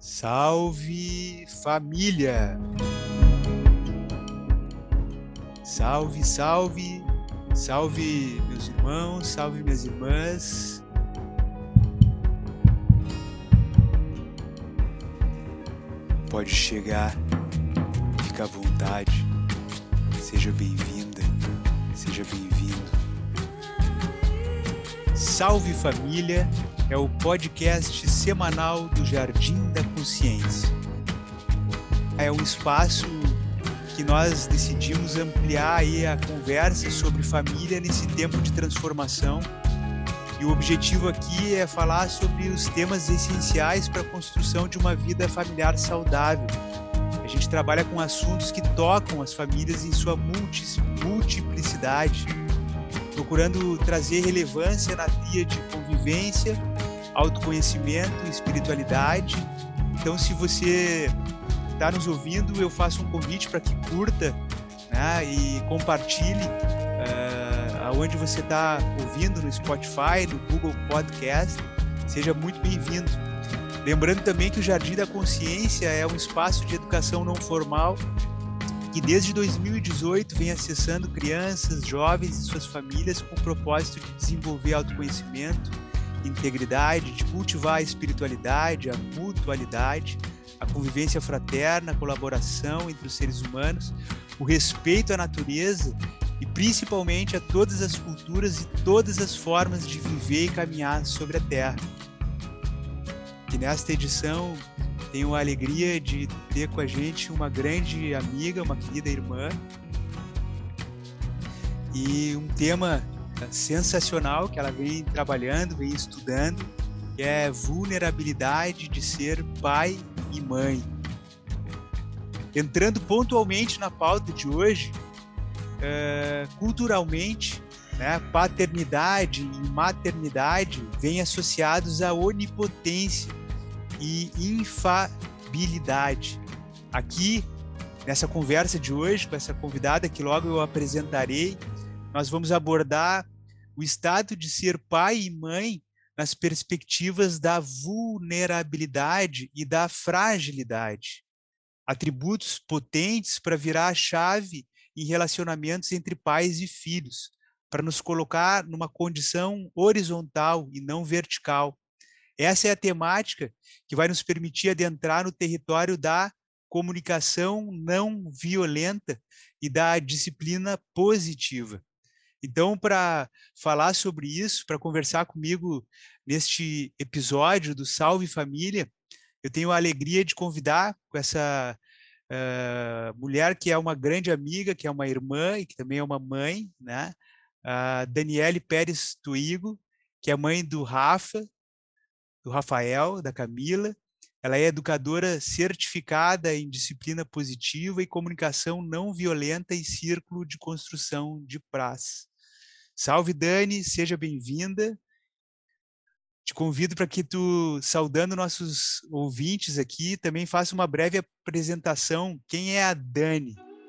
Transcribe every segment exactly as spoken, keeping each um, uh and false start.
Salve família! Salve, salve, salve meus irmãos, salve minhas irmãs. Pode chegar, fica à vontade, seja bem-vinda, seja bem-vindo. Salve família! É o podcast semanal do Jardim da Consciência. É um espaço que nós decidimos ampliar aí a conversa sobre família nesse tempo de transformação. E o objetivo aqui é falar sobre os temas essenciais para a construção de uma vida familiar saudável. A gente trabalha com assuntos que tocam as famílias em sua multi, multiplicidade, procurando trazer relevância na tríade de convivência, autoconhecimento e espiritualidade. Então, se você está nos ouvindo, eu faço um convite para que curta, né, e compartilhe uh, aonde você está ouvindo, no Spotify, no Google Podcast. Seja muito bem-vindo. Lembrando também que o Jardim da Consciência é um espaço de educação não formal que desde dois mil e dezoito vem acessando crianças, jovens e suas famílias com o propósito de desenvolver autoconhecimento, integridade, de cultivar a espiritualidade, a mutualidade, a convivência fraterna, a colaboração entre os seres humanos, o respeito à natureza e principalmente a todas as culturas e todas as formas de viver e caminhar sobre a Terra. E nesta edição tenho a alegria de ter com a gente uma grande amiga, uma querida irmã, e um tema sensacional que ela vem trabalhando, vem estudando, que é vulnerabilidade de ser pai e mãe. Entrando pontualmente na pauta de hoje, uh, culturalmente, né, paternidade e maternidade vêm associados à onipotência e infabilidade. Aqui, nessa conversa de hoje, com essa convidada que logo eu apresentarei, nós vamos abordar o estado de ser pai e mãe nas perspectivas da vulnerabilidade e da fragilidade. Atributos potentes para virar a chave em relacionamentos entre pais e filhos, para nos colocar numa condição horizontal e não vertical. Essa é a temática que vai nos permitir adentrar no território da comunicação não violenta e da disciplina positiva. Então, para falar sobre isso, para conversar comigo neste episódio do Salve Família, eu tenho a alegria de convidar com essa uh, mulher que é uma grande amiga, que é uma irmã e que também é uma mãe, né? A Daniele Pérez Tuigo, que é mãe do Rafa, do Rafael, da Camila. Ela é educadora certificada em disciplina positiva e comunicação não violenta e círculo de construção de paz. Salve, Dani, seja bem-vinda. Te convido para que tu, saudando nossos ouvintes aqui, também faça uma breve apresentação. Quem é a Dani?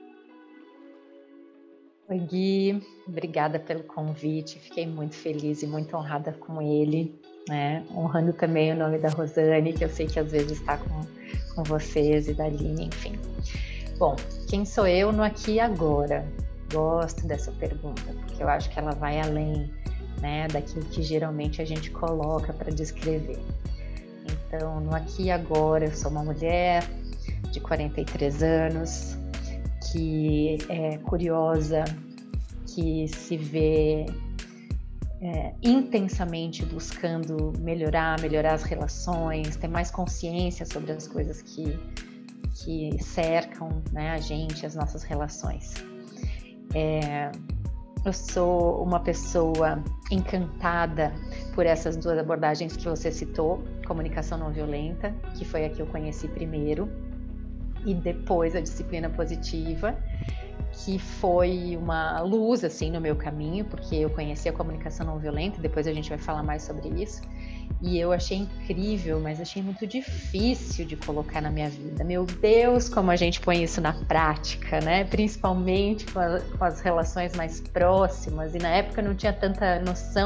Oi, Gui. Obrigada pelo convite. Fiquei muito feliz e muito honrada com ele, né? Honrando também o nome da Rosane, que eu sei que às vezes está com, com vocês, e da Aline, enfim. Bom, quem sou eu no aqui e agora? Gosto dessa pergunta, porque eu acho que ela vai além, né, daquilo que geralmente a gente coloca para descrever. Então, no aqui e agora, eu sou uma mulher de quarenta e três anos, que é curiosa, que se vê é, intensamente buscando melhorar, melhorar as relações, ter mais consciência sobre as coisas que, que cercam, né, a gente, as nossas relações. É, eu sou uma pessoa encantada por essas duas abordagens que você citou, comunicação não violenta, que foi a que eu conheci primeiro, e depois a disciplina positiva, que foi uma luz assim no meu caminho, porque eu conheci a comunicação não violenta, depois a gente vai falar mais sobre isso, e eu achei incrível, mas achei muito difícil de colocar na minha vida. Meu Deus, como a gente põe isso na prática, né? Principalmente com, a, com as relações mais próximas, e na época eu não tinha tanta noção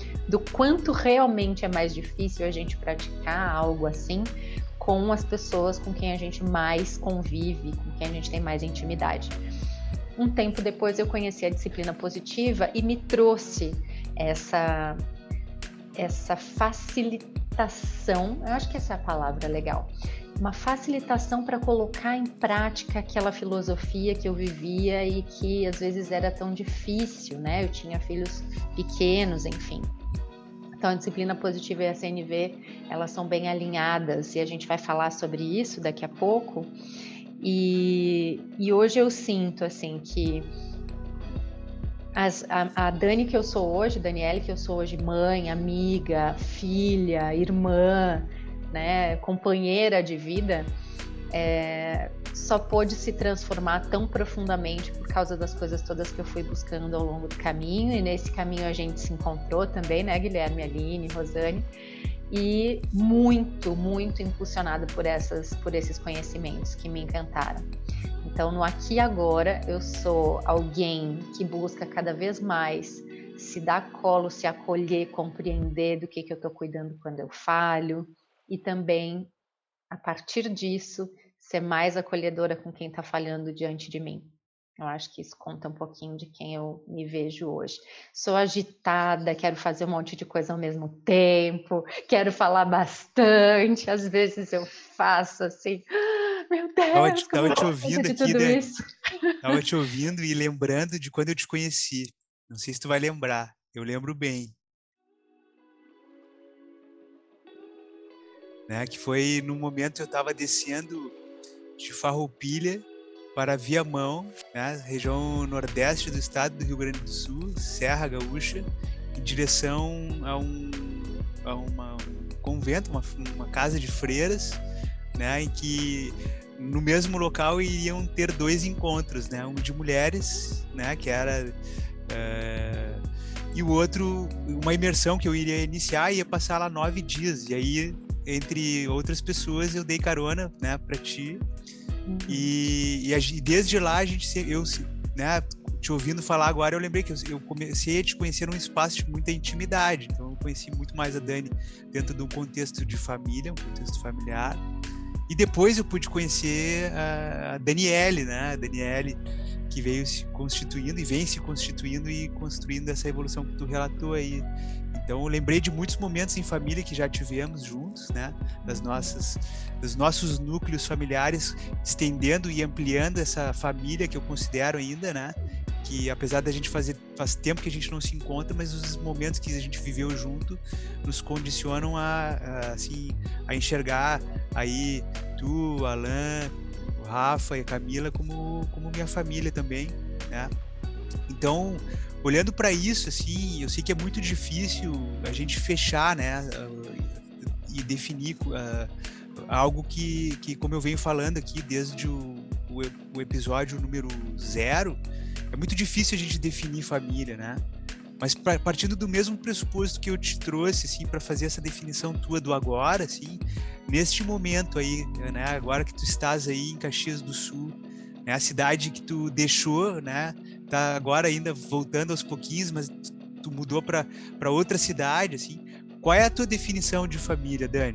do quanto realmente é mais difícil a gente praticar algo assim com as pessoas com quem a gente mais convive, com quem a gente tem mais intimidade. Um tempo depois eu conheci a disciplina positiva e me trouxe essa, essa facilitação, eu acho que essa é a palavra legal, uma facilitação para colocar em prática aquela filosofia que eu vivia e que às vezes era tão difícil, né? Eu tinha filhos pequenos, enfim. Então, a disciplina positiva e a C N V, elas são bem alinhadas e a gente vai falar sobre isso daqui a pouco. E, e hoje eu sinto, assim, que as, a, a Dani que eu sou hoje, Daniele que eu sou hoje, mãe, amiga, filha, irmã, né, companheira de vida, é, só pôde se transformar tão profundamente por causa das coisas todas que eu fui buscando ao longo do caminho, e nesse caminho a gente se encontrou também, né, Guilherme, Aline, Rosane, e muito, muito impulsionada por, essas, por esses conhecimentos que me encantaram. Então, no aqui e agora, eu sou alguém que busca cada vez mais se dar colo, se acolher, compreender do que, que eu estou cuidando quando eu falho, e também, a partir disso, ser mais acolhedora com quem está falhando diante de mim. Eu acho que isso conta um pouquinho de quem eu me vejo hoje. Sou agitada, quero fazer um monte de coisa ao mesmo tempo, quero falar bastante, às vezes eu faço assim, ah, meu Tava te, Deus, como tava eu te vou fazer ouvindo de aqui, tudo Dani. isso? Tava te ouvindo e lembrando de quando eu te conheci. Não sei se tu vai lembrar. Eu lembro bem. Né? Que foi no momento que eu estava descendo de Farroupilha para Viamão, né? Região nordeste do estado do Rio Grande do Sul, Serra Gaúcha, em direção a um, a uma, um convento, uma, uma casa de freiras, né? Em que no mesmo local iriam ter dois encontros, né? Um de mulheres, né? Que era uh, e o outro uma imersão que eu iria iniciar e ia passar lá nove dias. E aí, entre outras pessoas, eu dei carona, né? Para ti. Uhum. E, e desde lá a gente, eu, né? Te ouvindo falar agora, eu lembrei que eu comecei a te conhecer num espaço de muita intimidade. Então eu conheci muito mais a Dani dentro de um contexto de família, um contexto familiar. E depois eu pude conhecer a Daniele, né? A Daniele que veio se constituindo e vem se constituindo e construindo essa evolução que tu relatou aí. Então eu lembrei de muitos momentos em família que já tivemos juntos, né? Das nossas, dos nossos núcleos familiares, estendendo e ampliando essa família que eu considero ainda, né? Que apesar da gente fazer, faz tempo que a gente não se encontra, mas os momentos que a gente viveu junto nos condicionam a, a assim, a enxergar aí tu, Alan, o Rafa e a Camila como, como minha família também, né? Então, olhando para isso, assim, eu sei que é muito difícil a gente fechar, né, e definir uh, algo que, que, como eu venho falando aqui desde o, o, o episódio número zero, é muito difícil a gente definir família, né? Mas pra, partindo do mesmo pressuposto que eu te trouxe, assim, para fazer essa definição tua do agora, assim, neste momento aí, né, agora que tu estás aí em Caxias do Sul, né, a cidade que tu deixou, né, tá agora ainda voltando aos pouquinhos, mas tu mudou para para outra cidade, assim. Qual é a tua definição de família, Dani?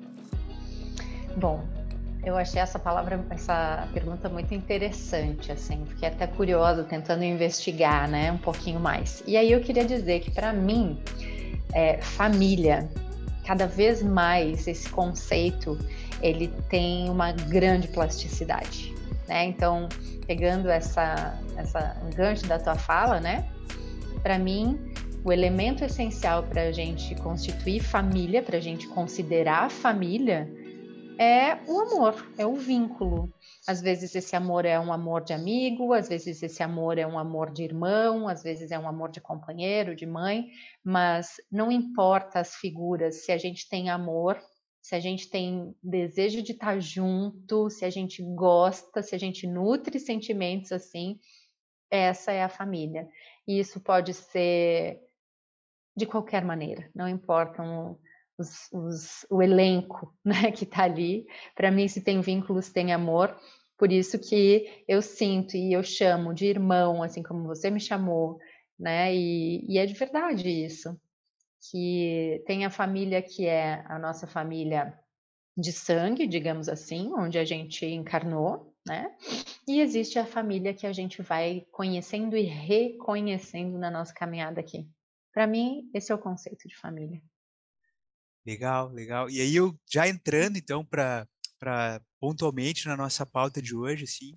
Bom, eu achei essa palavra, essa pergunta muito interessante, assim, fiquei até curiosa, tentando investigar, né, um pouquinho mais. E aí eu queria dizer que, para mim, é, família, cada vez mais esse conceito, ele tem uma grande plasticidade, né? Então, pegando essa, essa um gancho da tua fala, né, para mim, o elemento essencial para a gente constituir família, para a gente considerar família, é o amor, é o vínculo. Às vezes esse amor é um amor de amigo, às vezes esse amor é um amor de irmão, às vezes é um amor de companheiro, de mãe, mas não importa as figuras, se a gente tem amor, se a gente tem desejo de estar junto, se a gente gosta, se a gente nutre sentimentos assim, essa é a família. E isso pode ser de qualquer maneira, não importam Os, os, o elenco, né, que está ali. Para mim, se tem vínculos, tem amor. Por isso que eu sinto e eu chamo de irmão, assim como você me chamou, né? E, e é de verdade isso. que tem a família que é a nossa família de sangue, digamos assim, onde a gente encarnou, né? E existe a família que a gente vai conhecendo e reconhecendo na nossa caminhada aqui. Para mim, esse é o conceito de família. Legal, legal. E aí eu já entrando então para para pontualmente na nossa pauta de hoje, assim,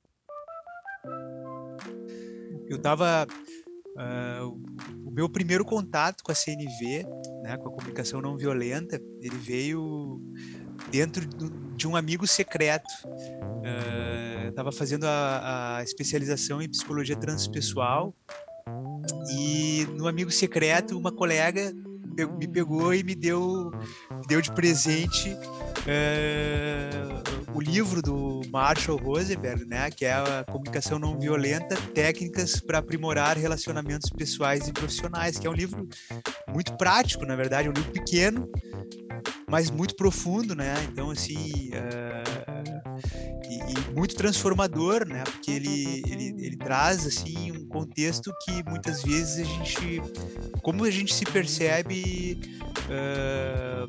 eu tava uh, o, o meu primeiro contato com a C N V, né, com a comunicação não violenta, ele veio dentro do, de um amigo secreto. Uh, eu estava fazendo a, a especialização em psicologia transpessoal e no amigo secreto uma colega me pegou e me deu, me deu de presente uh, o livro do Marshall Rosenberg, né, que é a Comunicação Não Violenta, Técnicas para Aprimorar Relacionamentos Pessoais e Profissionais, que é um livro muito prático, na verdade, é um livro pequeno, mas muito profundo, né? Então, assim, uh, e, e muito transformador, né? Porque ele, ele, ele traz, assim, um contexto que muitas vezes a gente, como a gente se percebe uh,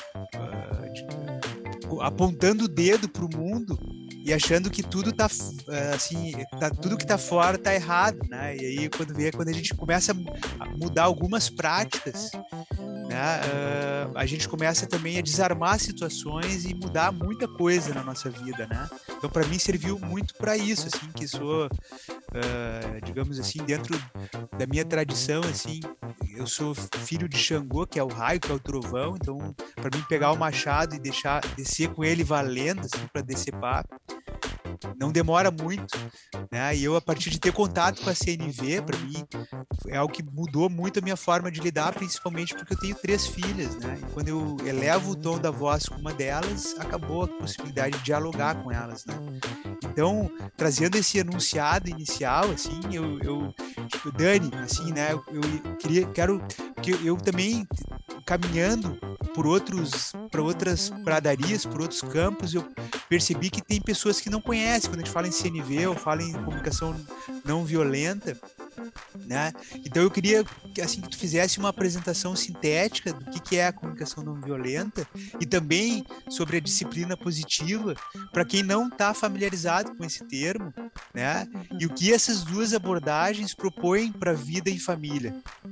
uh, apontando o dedo para o mundo e achando que tudo tá assim, tá, tudo que tá fora tá errado, né? E aí quando vê, quando a gente começa a mudar algumas práticas, né, uh, a gente começa também a desarmar situações e mudar muita coisa na nossa vida, né? Então para mim serviu muito para isso, assim, que sou, uh, digamos assim, dentro da minha tradição, assim, eu sou filho de Xangô, que é o raio, que é o trovão, então para mim pegar o machado e deixar descer com ele valendo, assim, para decepar, não demora muito, né? E eu, a partir de ter contato com a C N V, para mim é algo que mudou muito a minha forma de lidar, principalmente porque eu tenho três filhas, né? E quando eu elevo o tom da voz com uma delas, acabou a possibilidade de dialogar com elas, né? Então, trazendo esse enunciado inicial, assim, eu, eu tipo, Dani, assim, né? Eu, eu queria, quero que eu também caminhando por outros, para outras pradarias, por outros campos, eu percebi que tem pessoas que não conhecem quando a gente fala em C N V ou fala em comunicação não violenta, né? Então eu queria que, assim, que tu fizesse uma apresentação sintética do que, que é a comunicação não violenta e também sobre a disciplina positiva, para quem não está familiarizado com esse termo, né? E o que essas duas abordagens propõem para a vida em família.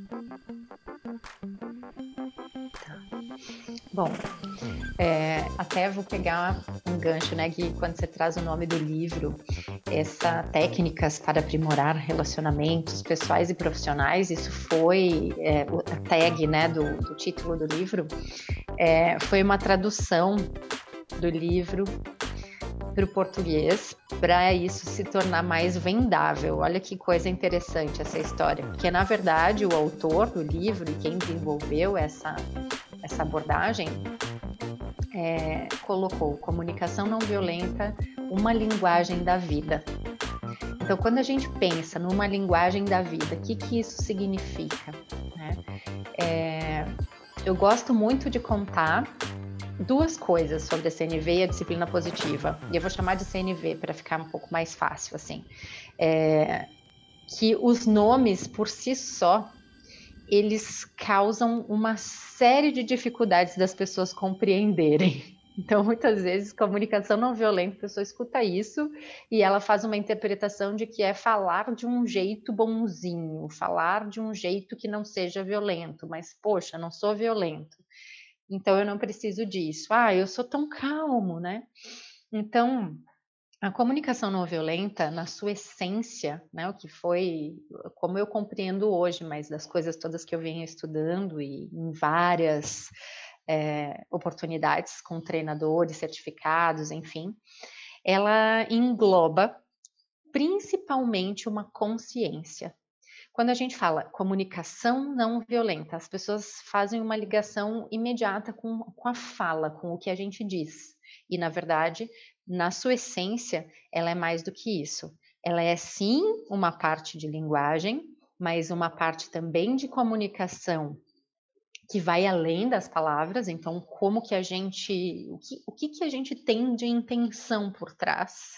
Bom, é, até vou pegar um gancho, né, que quando você traz o nome do livro, essa técnicas para aprimorar relacionamentos pessoais e profissionais, isso foi é, a tag, né, do, do título do livro, é, foi uma tradução do livro para o português, para isso se tornar mais vendável. Olha que coisa interessante essa história, porque na verdade o autor do livro e quem desenvolveu essa, essa abordagem é, colocou comunicação não violenta, uma linguagem da vida. Então, quando a gente pensa numa linguagem da vida, o que, que isso significa? Né? É, eu gosto muito de contar duas coisas sobre a C N V e a disciplina positiva, e eu vou chamar de C N V para ficar um pouco mais fácil, assim, é, que os nomes por si só, eles causam uma série de dificuldades das pessoas compreenderem. Então, muitas vezes, comunicação não violenta, a pessoa escuta isso e ela faz uma interpretação de que é falar de um jeito bonzinho, falar de um jeito que não seja violento, mas, poxa, não sou violento, então eu não preciso disso. Ah, eu sou tão calmo, né? Então, a comunicação não violenta, na sua essência, né, o que foi, como eu compreendo hoje, mas das coisas todas que eu venho estudando e em várias é, oportunidades com treinadores certificados, enfim, ela engloba principalmente uma consciência. Quando a gente fala comunicação não violenta, as pessoas fazem uma ligação imediata com, com a fala, com o que a gente diz. E, na verdade, na sua essência, ela é mais do que isso. Ela é, sim, uma parte de linguagem, mas uma parte também de comunicação que vai além das palavras. Então, como que a gente... O que, o que, que a gente tem de intenção por trás?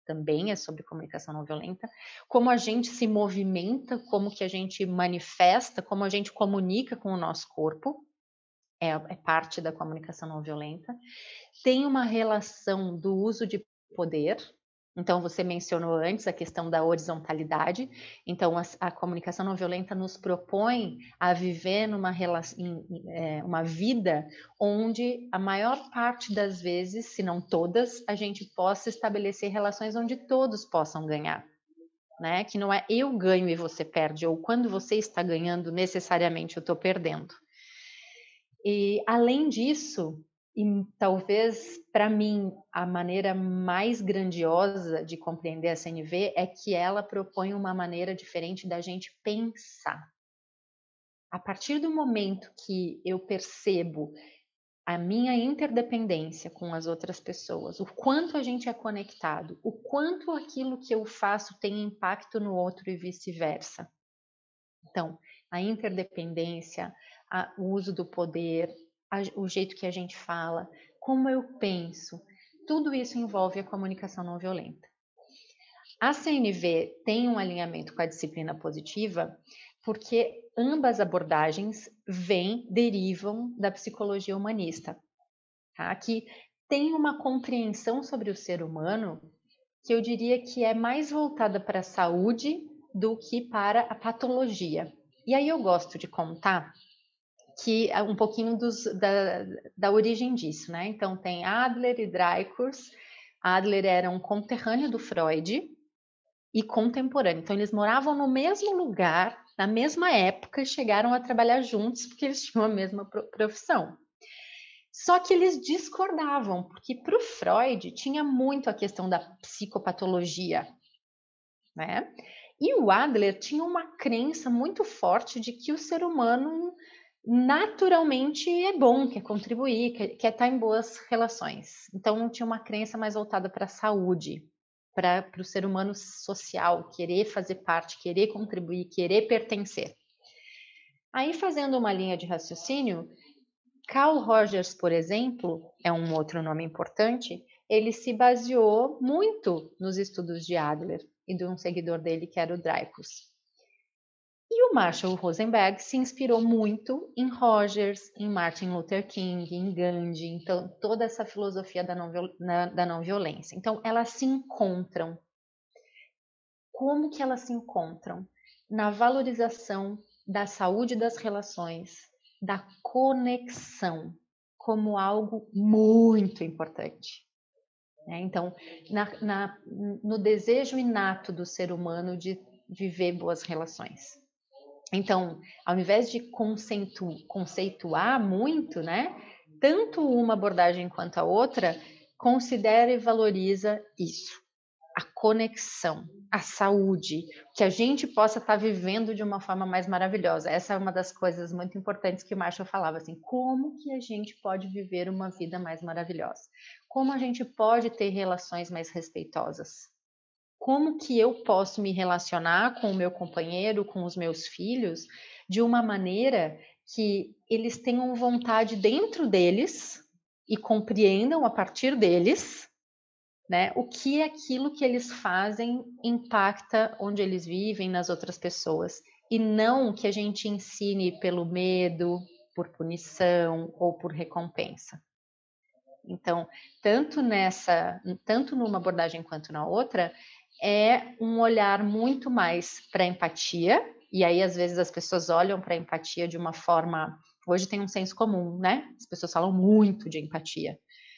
também é sobre comunicação não violenta, como a gente se movimenta, como que a gente manifesta, como a gente comunica com o nosso corpo, é, é parte da comunicação não violenta. Tem uma relação do uso de poder, então você mencionou antes a questão da horizontalidade, então a, a comunicação não violenta nos propõe a viver numa relação, em, é, uma vida onde a maior parte das vezes, se não todas, a gente possa estabelecer relações onde todos possam ganhar, né? Que não é eu ganho e você perde, ou quando você está ganhando, necessariamente eu estou perdendo. E além disso, e talvez para mim a maneira mais grandiosa de compreender a C N V é que ela propõe uma maneira diferente da gente pensar. A partir do momento que eu percebo a minha interdependência com as outras pessoas, o quanto a gente é conectado, o quanto aquilo que eu faço tem impacto no outro e vice-versa. Então, a interdependência, a, o uso do poder, a, o jeito que a gente fala, como eu penso, tudo isso envolve a comunicação não violenta. A C N V tem um alinhamento com a disciplina positiva porque ambas abordagens vêm, derivam da psicologia humanista, tá? Que tem uma compreensão sobre o ser humano que eu diria que é mais voltada para a saúde do que para a patologia. E aí eu gosto de contar que é um pouquinho dos, da, da origem disso, né? Então tem Adler e Dreyfus. Adler era um conterrâneo do Freud e contemporâneo. Então eles moravam no mesmo lugar, na mesma época, e chegaram a trabalhar juntos porque eles tinham a mesma profissão. Só que eles discordavam, porque para o Freud tinha muito a questão da psicopatologia, né? E o Adler tinha uma crença muito forte de que o ser humano naturalmente é bom, quer contribuir, quer, quer estar em boas relações. Então tinha uma crença mais voltada para a saúde, para o ser humano social, querer fazer parte, querer contribuir, querer pertencer. Aí, fazendo uma linha de raciocínio, Carl Rogers, por exemplo, é um outro nome importante, ele se baseou muito nos estudos de Adler e de um seguidor dele, que era o Dreyfus. E o Marshall Rosenberg se inspirou muito em Rogers, em Martin Luther King, em Gandhi, então toda essa filosofia da não, na, da não violência. Então, elas se encontram. Como que elas se encontram? Na valorização da saúde das relações, da conexão, como algo muito importante. Então, na, na, no desejo inato do ser humano de viver boas relações. Então, ao invés de conceitu, conceituar muito, né, tanto uma abordagem quanto a outra, considera e valoriza isso, a conexão, a saúde, que a gente possa estar vivendo de uma forma mais maravilhosa. Essa é uma das coisas muito importantes que o Marshall falava, assim, como que a gente pode viver uma vida mais maravilhosa? Como a gente pode ter relações mais respeitosas? Como que eu posso me relacionar com o meu companheiro, com os meus filhos, de uma maneira que eles tenham vontade dentro deles e compreendam a partir deles, né, o que é aquilo que eles fazem impacta onde eles vivem, nas outras pessoas, e não que a gente ensine pelo medo, por punição ou por recompensa. Então, tanto nessa, tanto numa abordagem quanto na outra, é um olhar muito mais para a empatia, e aí às vezes as pessoas olham para a empatia de uma forma, hoje tem um senso comum, né? As pessoas falam muito de empatia,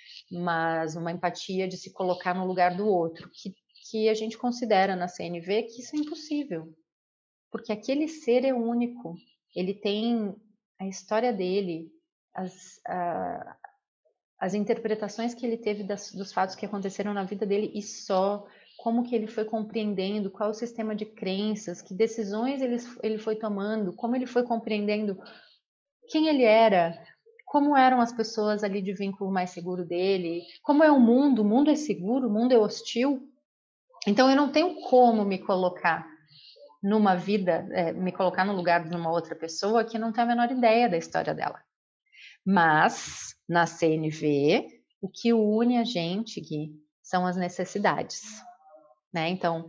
mas uma empatia de se colocar no lugar do outro, que, que a gente considera na C N V que isso é impossível, porque aquele ser é único, ele tem a história dele, as, a, as interpretações que ele teve das, dos fatos que aconteceram na vida dele e só, como que ele foi compreendendo, qual o sistema de crenças, que decisões ele, ele foi tomando, como ele foi compreendendo quem ele era, como eram as pessoas ali de vínculo mais seguro dele, como é o mundo, o mundo é seguro, o mundo é hostil. Então eu não tenho como me colocar numa vida, é, me colocar no lugar de uma outra pessoa que não tem a menor ideia da história dela. Mas, na C N V, o que une a gente, Gui, são as necessidades. né? Então,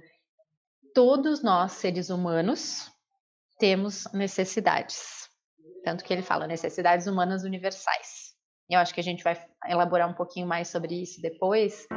todos nós, seres humanos, temos necessidades. Tanto que ele fala necessidades humanas universais. Eu acho que a gente vai elaborar um pouquinho mais sobre isso depois.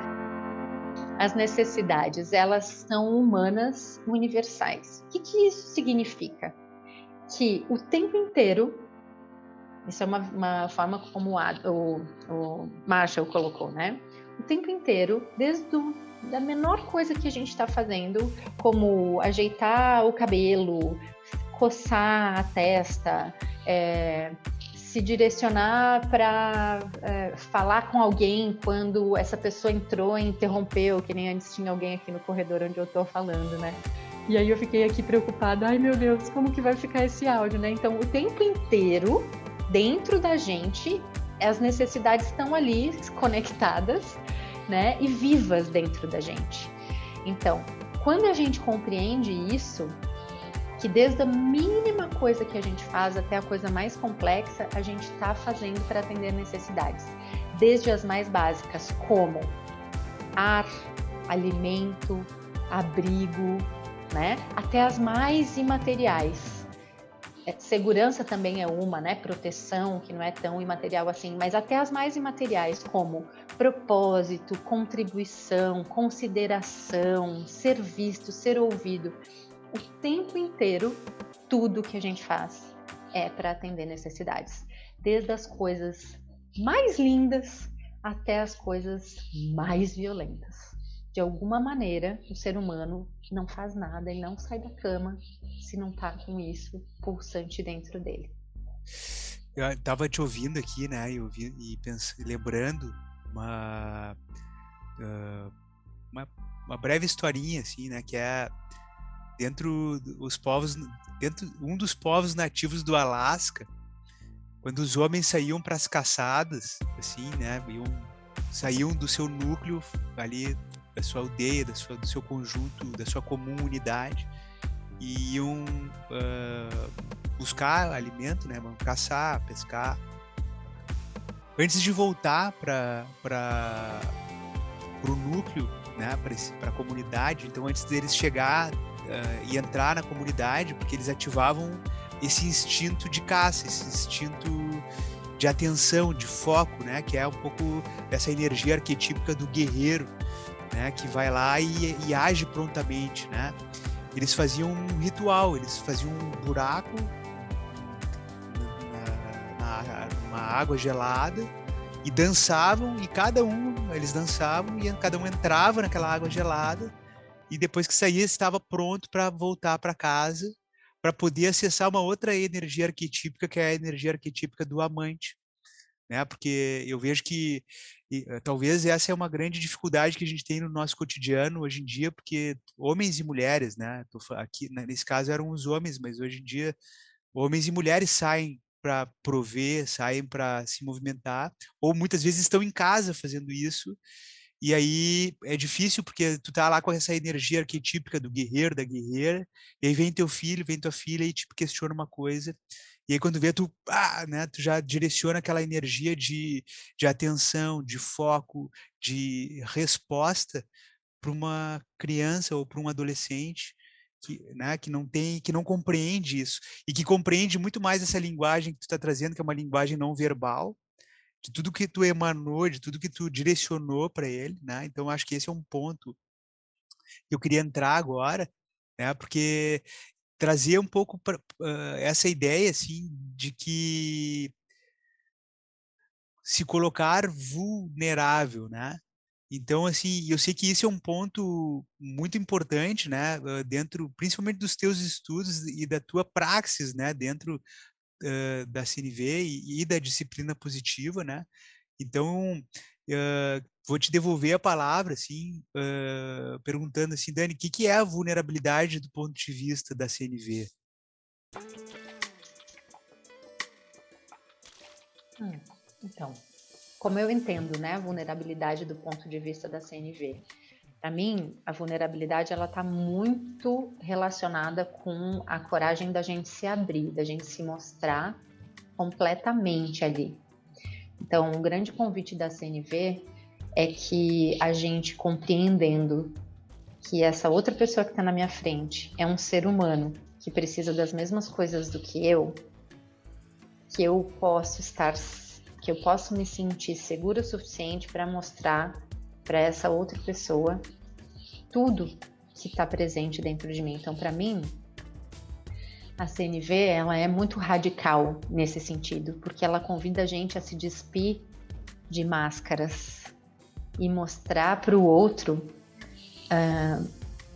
As necessidades, elas são humanas universais. O que, que isso significa? Que o tempo inteiro, isso é uma, uma forma como o, o Marshall colocou, né? O tempo inteiro, desde o, da menor coisa que a gente está fazendo, como ajeitar o cabelo, coçar a testa, é, se direcionar para é, falar com alguém quando essa pessoa entrou e interrompeu, que nem antes tinha alguém aqui no corredor onde eu estou falando, né? E aí eu fiquei aqui preocupada, ai meu Deus, como que vai ficar esse áudio, né? Então, o tempo inteiro, dentro da gente, as necessidades estão ali conectadas, né? E vivas dentro da gente. Então, quando a gente compreende isso, que desde a mínima coisa que a gente faz até a coisa mais complexa, a gente está fazendo para atender necessidades. Desde as mais básicas, como ar, alimento, abrigo, né? Até as mais imateriais. Segurança também é uma, né? Proteção, que não é tão imaterial assim, mas até as mais imateriais, como propósito, contribuição, consideração, ser visto, ser ouvido. O tempo inteiro, tudo que a gente faz é para atender necessidades. Desde as coisas mais lindas até as coisas mais violentas. De alguma maneira, o ser humano não faz nada, ele não sai da cama se não tá com isso pulsante dentro dele. Eu estava te ouvindo aqui, né, e, ouvi, e pens, lembrando uma, uh, uma, uma breve historinha, assim, né, que é dentro os povos, dentro um dos povos nativos do Alasca, quando os homens saíam para as caçadas, assim, né, iam, saíam do seu núcleo ali, da sua aldeia, da sua, do seu conjunto, da sua comunidade, e iam uh, buscar alimento, né, caçar, pescar. Antes de voltar para para o núcleo, né, para a comunidade, então antes deles chegar uh, e entrar na comunidade, porque eles ativavam esse instinto de caça, esse instinto de atenção, de foco, né, que é um pouco essa energia arquetípica do guerreiro, né, que vai lá e, e age prontamente, né? Eles faziam um ritual, eles faziam um buraco na, na, numa água gelada e dançavam, e cada um, eles dançavam e cada um entrava naquela água gelada e depois que saía estava pronto para voltar para casa, para poder acessar uma outra energia arquetípica, que é a energia arquetípica do amante, né? Porque eu vejo que e, talvez essa é uma grande dificuldade que a gente tem no nosso cotidiano hoje em dia, porque homens e mulheres, né? Aqui, nesse caso eram os homens, mas hoje em dia homens e mulheres saem para prover, saem para se movimentar, ou muitas vezes estão em casa fazendo isso, e aí é difícil porque tu tá lá com essa energia arquetípica do guerreiro, da guerreira, e aí vem teu filho, vem tua filha e te questiona uma coisa, e aí quando vê tu, ah, né, tu já direciona aquela energia de, de atenção, de foco, de resposta para uma criança ou para um adolescente que, né, que não tem, que não compreende isso, e que compreende muito mais essa linguagem que tu está trazendo, que é uma linguagem não verbal, de tudo que tu emanou, de tudo que tu direcionou para ele, né? Então acho que esse é um ponto que eu queria entrar agora, né? Porque trazer um pouco pra, uh, essa ideia, assim, de que se colocar vulnerável, né? Então, assim, eu sei que isso é um ponto muito importante, né? Dentro, principalmente dos teus estudos e da tua praxis, né? Dentro Uh, da C N V e, e da disciplina positiva, né? Então, uh, vou te devolver a palavra, assim, uh, perguntando assim, Dani, o que, que é a vulnerabilidade do ponto de vista da C N V? Hum, então, como eu entendo, né, a vulnerabilidade do ponto de vista da C N V? Para mim, a vulnerabilidade ela está muito relacionada com a coragem da gente se abrir, da gente se mostrar completamente ali. Então, um grande convite da C N V é que a gente, compreendendo que essa outra pessoa que está na minha frente é um ser humano que precisa das mesmas coisas do que eu, que eu posso estar, que eu posso me sentir segura o suficiente para mostrar para essa outra pessoa tudo que está presente dentro de mim. Então, para mim, a C N V, ela é muito radical nesse sentido, porque ela convida a gente a se despir de máscaras e mostrar para o outro uh,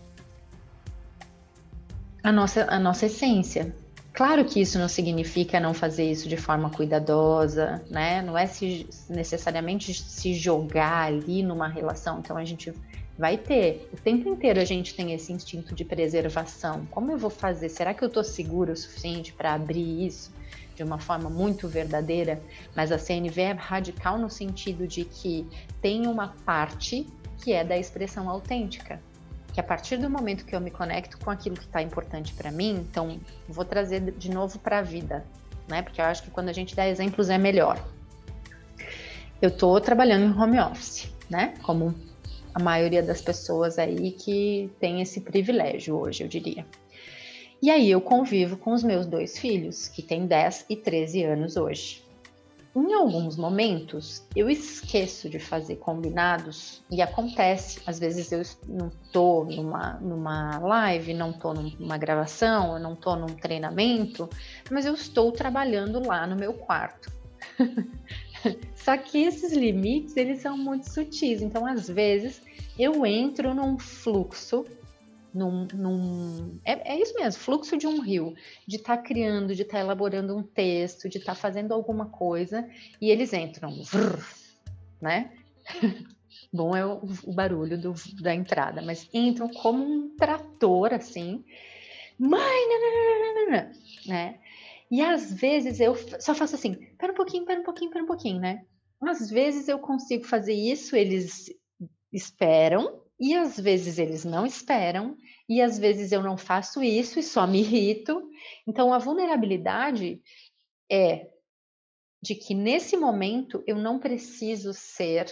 a nossa, a nossa essência. Claro que isso não significa não fazer isso de forma cuidadosa, né? Não é se, necessariamente se jogar ali numa relação. Então a gente vai ter, o tempo inteiro a gente tem esse instinto de preservação. Como eu vou fazer? Será que eu estou segura o suficiente para abrir isso de uma forma muito verdadeira? Mas a C N V é radical no sentido de que tem uma parte que é da expressão autêntica. Que a partir do momento que eu me conecto com aquilo que está importante para mim, então vou trazer de novo para a vida, né? Porque eu acho que quando a gente dá exemplos é melhor. Eu estou trabalhando em home office, né? Como a maioria das pessoas aí que tem esse privilégio hoje, eu diria. E aí eu convivo com os meus dois filhos, que têm dez e treze anos hoje. Em alguns momentos, eu esqueço de fazer combinados e acontece, às vezes eu não estou numa, numa live, não estou numa gravação, eu não estou num treinamento, mas eu estou trabalhando lá no meu quarto. Só que esses limites, eles são muito sutis, então às vezes eu entro num fluxo, Num, num, é, é isso mesmo, fluxo de um rio, de estar tá criando, de estar tá elaborando um texto, de estar tá fazendo alguma coisa, e eles entram, vrr, né? Bom é o, o barulho do, da entrada, mas entram como um trator, assim, mãe, nananana, né? E às vezes eu só faço assim, pera um pouquinho, pera um pouquinho, pera um pouquinho, né? Às vezes eu consigo fazer isso, eles esperam, e às vezes eles não esperam, e às vezes eu não faço isso e só me irrito. Então a vulnerabilidade é de que nesse momento eu não preciso ser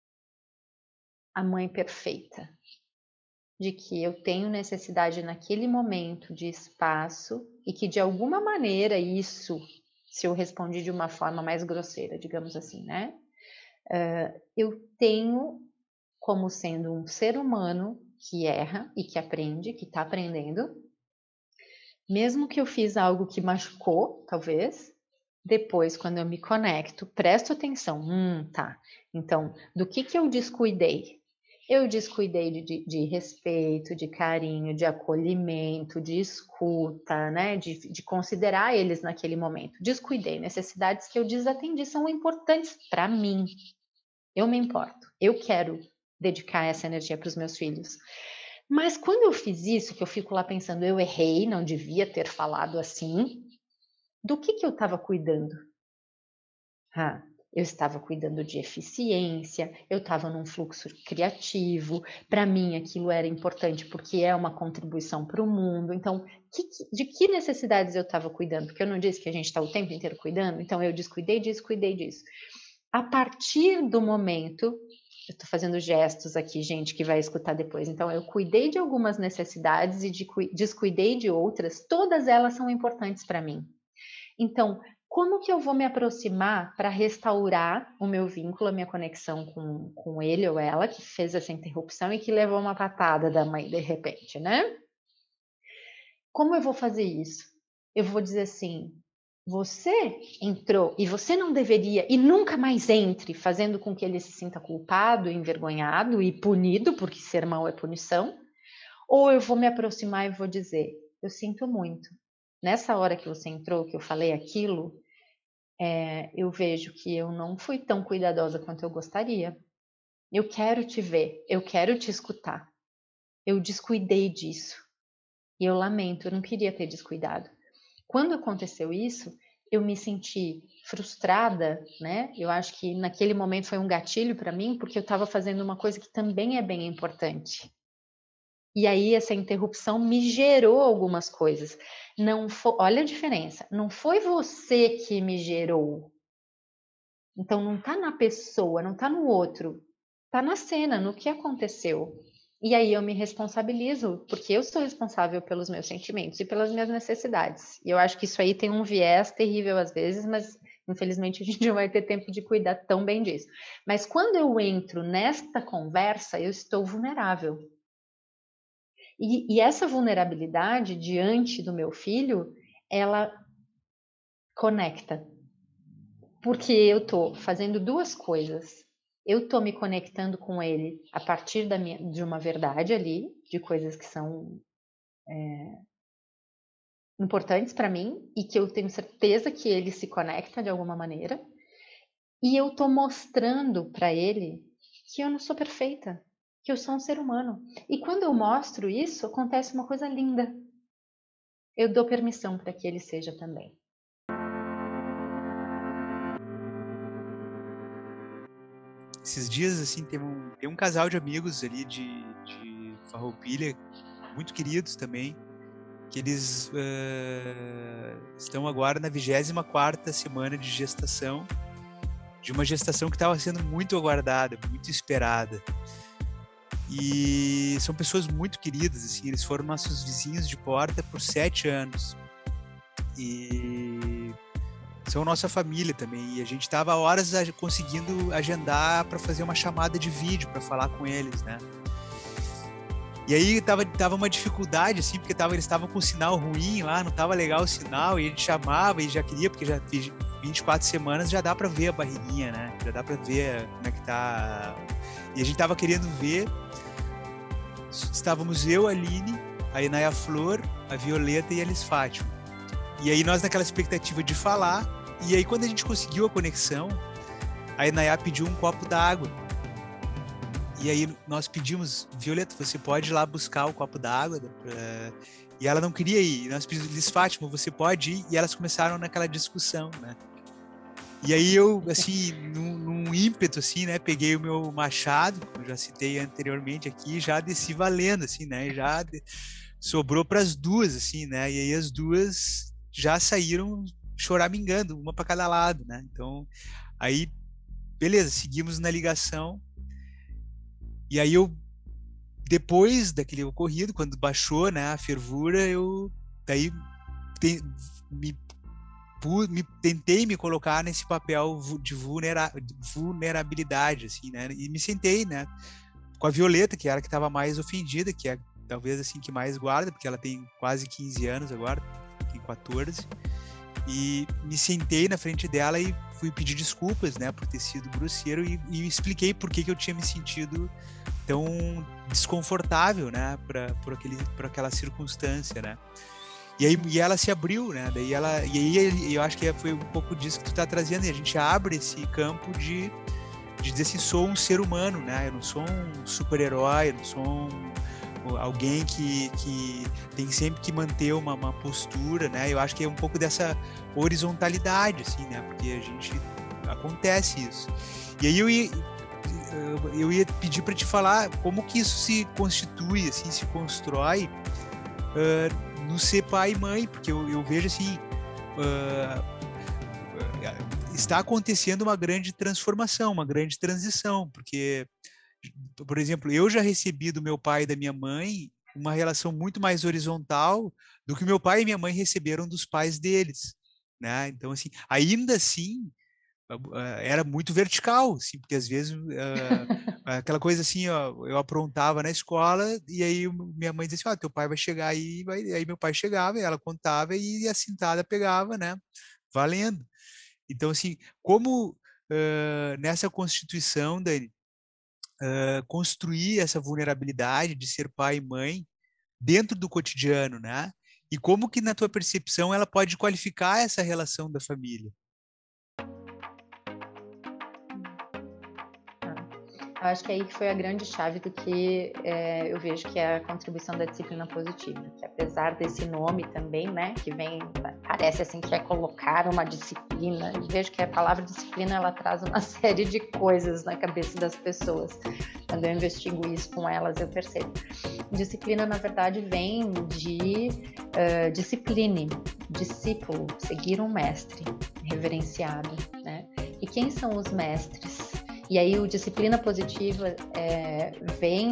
a mãe perfeita, de que eu tenho necessidade naquele momento de espaço e que de alguma maneira isso, se eu respondi de uma forma mais grosseira, digamos assim, né? Uh, eu tenho como sendo um ser humano que erra e que aprende, que está aprendendo, mesmo que eu fiz algo que machucou, talvez, depois, quando eu me conecto, presto atenção, hum, tá, então, do que que eu descuidei? Eu descuidei de, de, de respeito, de carinho, de acolhimento, de escuta, né, de, de considerar eles naquele momento. Descuidei, necessidades que eu desatendi são importantes para mim. Eu me importo, eu quero dedicar essa energia para os meus filhos. Mas quando eu fiz isso, que eu fico lá pensando, eu errei, não devia ter falado assim, do que que eu estava cuidando? Ah, eu estava cuidando de eficiência, eu estava num fluxo criativo, para mim aquilo era importante porque é uma contribuição para o mundo. Então, que, de que necessidades eu estava cuidando? Porque eu não disse que a gente está o tempo inteiro cuidando, então eu descuidei disso, cuidei disso. A partir do momento, eu estou fazendo gestos aqui, gente, que vai escutar depois. Então, eu cuidei de algumas necessidades e de, descuidei de outras. Todas elas são importantes para mim. Então, como que eu vou me aproximar para restaurar o meu vínculo, a minha conexão com, com ele ou ela, que fez essa interrupção e que levou uma patada da mãe de repente, né? Como eu vou fazer isso? Eu vou dizer assim, você entrou e você não deveria e nunca mais entre, fazendo com que ele se sinta culpado, envergonhado e punido, porque ser mal é punição, ou eu vou me aproximar e vou dizer, eu sinto muito. Nessa hora que você entrou, que eu falei aquilo, é, eu vejo que eu não fui tão cuidadosa quanto eu gostaria. Eu quero te ver, eu quero te escutar. Eu descuidei disso. E eu lamento, eu não queria ter descuidado. Quando aconteceu isso, eu me senti frustrada, né? Eu acho que naquele momento foi um gatilho para mim, porque eu estava fazendo uma coisa que também é bem importante. E aí essa interrupção me gerou algumas coisas. Não foi, olha a diferença, não foi você que me gerou. Então não está na pessoa, não está no outro, está na cena, no que aconteceu. E aí eu me responsabilizo, porque eu sou responsável pelos meus sentimentos e pelas minhas necessidades. E eu acho que isso aí tem um viés terrível às vezes, mas infelizmente a gente não vai ter tempo de cuidar tão bem disso. Mas quando eu entro nesta conversa, eu estou vulnerável. E, e essa vulnerabilidade diante do meu filho, ela conecta. Porque eu estou fazendo duas coisas. Eu estou me conectando com ele a partir da minha, de uma verdade ali, de coisas que são é, importantes para mim e que eu tenho certeza que ele se conecta de alguma maneira. E eu estou mostrando para ele que eu não sou perfeita, que eu sou um ser humano. E quando eu mostro isso, acontece uma coisa linda. Eu dou permissão para que ele seja também. Esses dias, assim, tem um, tem um casal de amigos ali de, de Farroupilha, muito queridos também, que eles uh, estão agora na vigésima quarta semana de gestação, de uma gestação que estava sendo muito aguardada, muito esperada. E são pessoas muito queridas, assim, eles foram nossos vizinhos de porta por sete anos. E são nossa família também, e a gente estava horas conseguindo agendar para fazer uma chamada de vídeo para falar com eles, né? E aí tava, tava uma dificuldade, assim, porque tava, eles estavam com sinal ruim lá, não tava legal o sinal, e a gente chamava e já queria, porque já vinte e quatro semanas já dá para ver a barriguinha, né? Já dá para ver como é que tá. E a gente tava querendo ver, estávamos eu, a Aline, a Inaya Flor, a Violeta e a Elis Fátima. E aí nós naquela expectativa de falar, e aí quando a gente conseguiu a conexão, a Inaya pediu um copo d'água. E aí nós pedimos, Violeta, você pode ir lá buscar o copo d'água? E ela não queria ir. Nós pedimos, Elis Fátima, você pode ir? E elas começaram naquela discussão, né? E aí eu, assim, num, num ímpeto, assim, né, peguei o meu machado, como eu já citei anteriormente aqui, já desci valendo, assim, né? Já de... sobrou para as duas, assim, né? E aí as duas já saíram choramingando, uma para cada lado, né? Então, aí, beleza, seguimos na ligação. E aí eu, depois daquele ocorrido, quando baixou, né, a fervura, eu daí te, me, me, tentei me colocar nesse papel de vulnera, vulnerabilidade, assim, né? E me sentei, né, com a Violeta, que era a que estava mais ofendida, que é talvez assim que mais guarda, porque ela tem quase quinze anos agora, tem quatorze, e me sentei na frente dela e fui pedir desculpas, né, por ter sido grosseiro, e, e expliquei por que, que eu tinha me sentido tão desconfortável, né, pra, por, aquele, por aquela circunstância, né. E aí e ela se abriu, né, daí ela, e aí eu acho que foi um pouco disso que tu tá trazendo, e a gente abre esse campo de, de dizer assim, sou um ser humano, né, eu não sou um super-herói, eu não sou um alguém que, que tem sempre que manter uma, uma postura, né? Eu acho que é um pouco dessa horizontalidade, assim, né? Porque a gente acontece isso. E aí eu ia, eu ia pedir para te falar como que isso se constitui, assim, se constrói uh, no ser pai e mãe, porque eu, eu vejo assim, uh, está acontecendo uma grande transformação, uma grande transição, porque por exemplo, eu já recebi do meu pai e da minha mãe uma relação muito mais horizontal do que meu pai e minha mãe receberam dos pais deles, né? Então, assim, ainda assim, era muito vertical, assim, porque às vezes uh, aquela coisa assim, ó, eu aprontava na escola e aí minha mãe dizia assim, ó, teu pai vai chegar aí, vai... aí meu pai chegava e ela contava e a cintada pegava, né? Valendo. Então, assim, como uh, nessa constituição, Dani, Uh, construir essa vulnerabilidade de ser pai e mãe dentro do cotidiano, né? E como que na tua percepção ela pode qualificar essa relação da família? Eu acho que aí foi a grande chave do que é, eu vejo que é a contribuição da disciplina positiva, que apesar desse nome também, né, que vem, parece assim que é colocar uma disciplina, eu vejo que a palavra disciplina, ela traz uma série de coisas na cabeça das pessoas. Quando eu investigo isso com elas, eu percebo. Disciplina, na verdade, vem de uh, discipline, discípulo, seguir um mestre, reverenciado, né? E quem são os mestres? E aí o disciplina positiva é, vem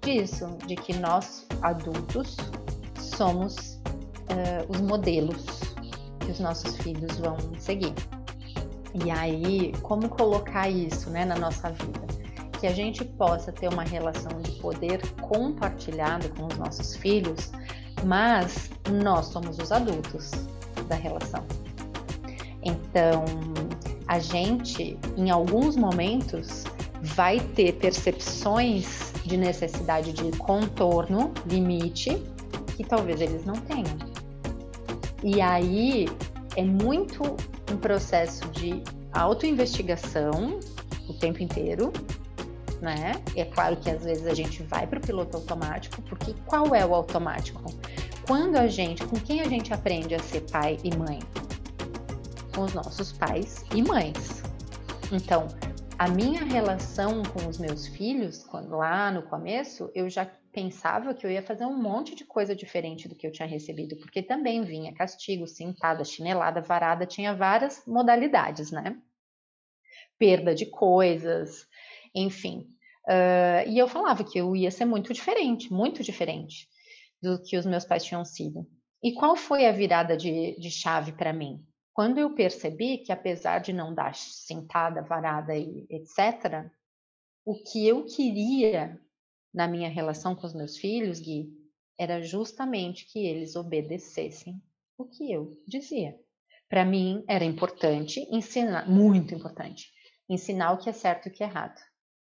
disso, de que nós, adultos, somos uh, os modelos que os nossos filhos vão seguir. E aí, como colocar isso, né, na nossa vida? Que a gente possa ter uma relação de poder compartilhado com os nossos filhos, mas nós somos os adultos da relação. Então, a gente, em alguns momentos, vai ter percepções de necessidade de contorno, limite, que talvez eles não tenham. E aí é muito um processo de autoinvestigação o tempo inteiro, né? É claro que às vezes a gente vai para o piloto automático, porque qual é o automático? Quando a gente, com quem a gente aprende a ser pai e mãe? Com os nossos pais e mães. Então, a minha relação com os meus filhos, quando lá no começo, eu já pensava que eu ia fazer um monte de coisa diferente do que eu tinha recebido, porque também vinha castigo, cintada, chinelada, varada, tinha várias modalidades, né? Perda de coisas, enfim. Uh, e eu falava que eu ia ser muito diferente, muito diferente do que os meus pais tinham sido. E qual foi a virada de, de chave para mim? Quando eu percebi que, apesar de não dar cintada, varada e etcétera, o que eu queria na minha relação com os meus filhos, Gui, era justamente que eles obedecessem o que eu dizia. Para mim, era importante ensinar, muito importante, ensinar o que é certo e o que é errado.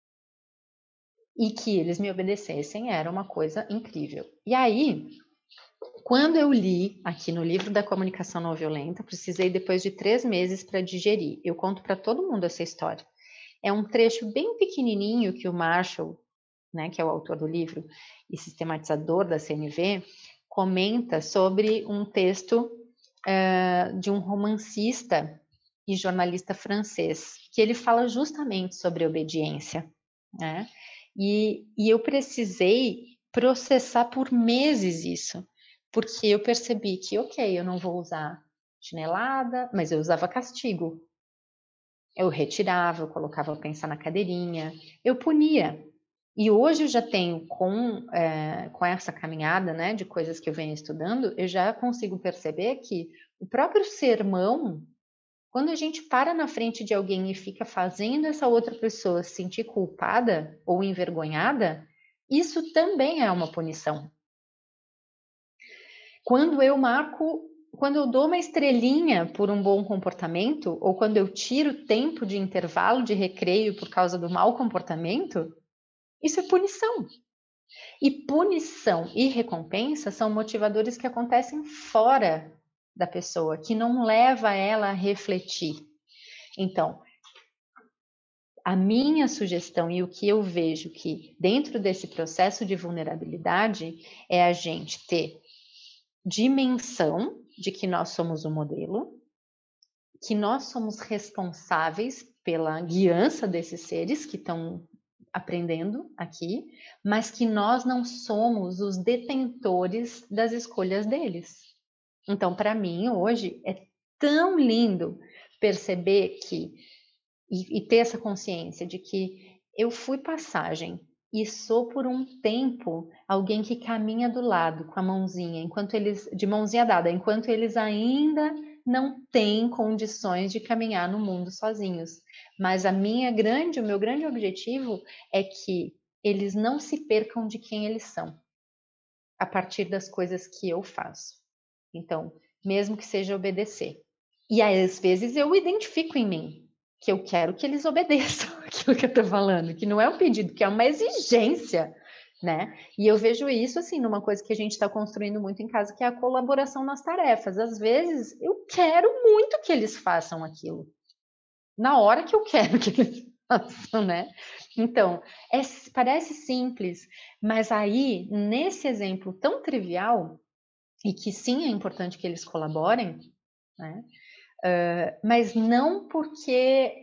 E que eles me obedecessem era uma coisa incrível. E aí, quando eu li aqui no livro da comunicação não violenta, precisei depois de três meses para digerir. Eu conto para todo mundo essa história. É um trecho bem pequenininho que o Marshall, né, que é o autor do livro e sistematizador da C N V, comenta sobre um texto uh, de um romancista e jornalista francês, que ele fala justamente sobre obediência, né? E, e eu precisei processar por meses isso, porque eu percebi que, ok, eu não vou usar chinelada, mas eu usava castigo. Eu retirava, eu colocava para pensar na cadeirinha, eu punia. E hoje eu já tenho, com, é, com essa caminhada, né, de coisas que eu venho estudando, eu já consigo perceber que o próprio sermão, quando a gente para na frente de alguém e fica fazendo essa outra pessoa se sentir culpada ou envergonhada, isso também é uma punição. Quando eu marco, quando eu dou uma estrelinha por um bom comportamento, ou quando eu tiro tempo de intervalo de recreio por causa do mau comportamento, isso é punição. E punição e recompensa são motivadores que acontecem fora da pessoa, que não leva ela a refletir. Então, a minha sugestão e o que eu vejo que dentro desse processo de vulnerabilidade é a gente ter dimensão de que nós somos o modelo, que nós somos responsáveis pela guiança desses seres que estão aprendendo aqui, mas que nós não somos os detentores das escolhas deles. Então, para mim, hoje, é tão lindo perceber que, e, e ter essa consciência de que eu fui passagem e sou por um tempo alguém que caminha do lado com a mãozinha, enquanto eles, de mãozinha dada, enquanto eles ainda não têm condições de caminhar no mundo sozinhos. Mas a minha grande, o meu grande objetivo é que eles não se percam de quem eles são, a partir das coisas que eu faço. Então, mesmo que seja obedecer. E aí, às vezes eu identifico em mim que eu quero que eles obedeçam aquilo que eu tô falando, que não é um pedido, que é uma exigência, né? E eu vejo isso, assim, numa coisa que a gente está construindo muito em casa, que é a colaboração nas tarefas. Às vezes, eu quero muito que eles façam aquilo, na hora que eu quero que eles façam, né? Então, é, parece simples, mas aí, nesse exemplo tão trivial, e que sim, é importante que eles colaborem, né? Uh, mas não porque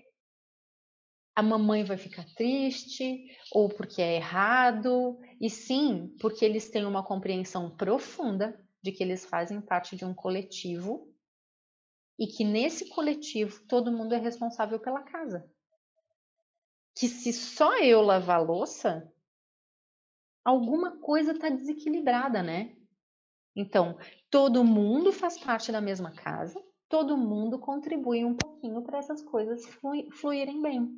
a mamãe vai ficar triste ou porque é errado, e sim porque eles têm uma compreensão profunda de que eles fazem parte de um coletivo e que nesse coletivo todo mundo é responsável pela casa. Que se só eu lavar a louça, alguma coisa está desequilibrada, né? Então, todo mundo faz parte da mesma casa, todo mundo contribui um pouquinho para essas coisas fluírem bem.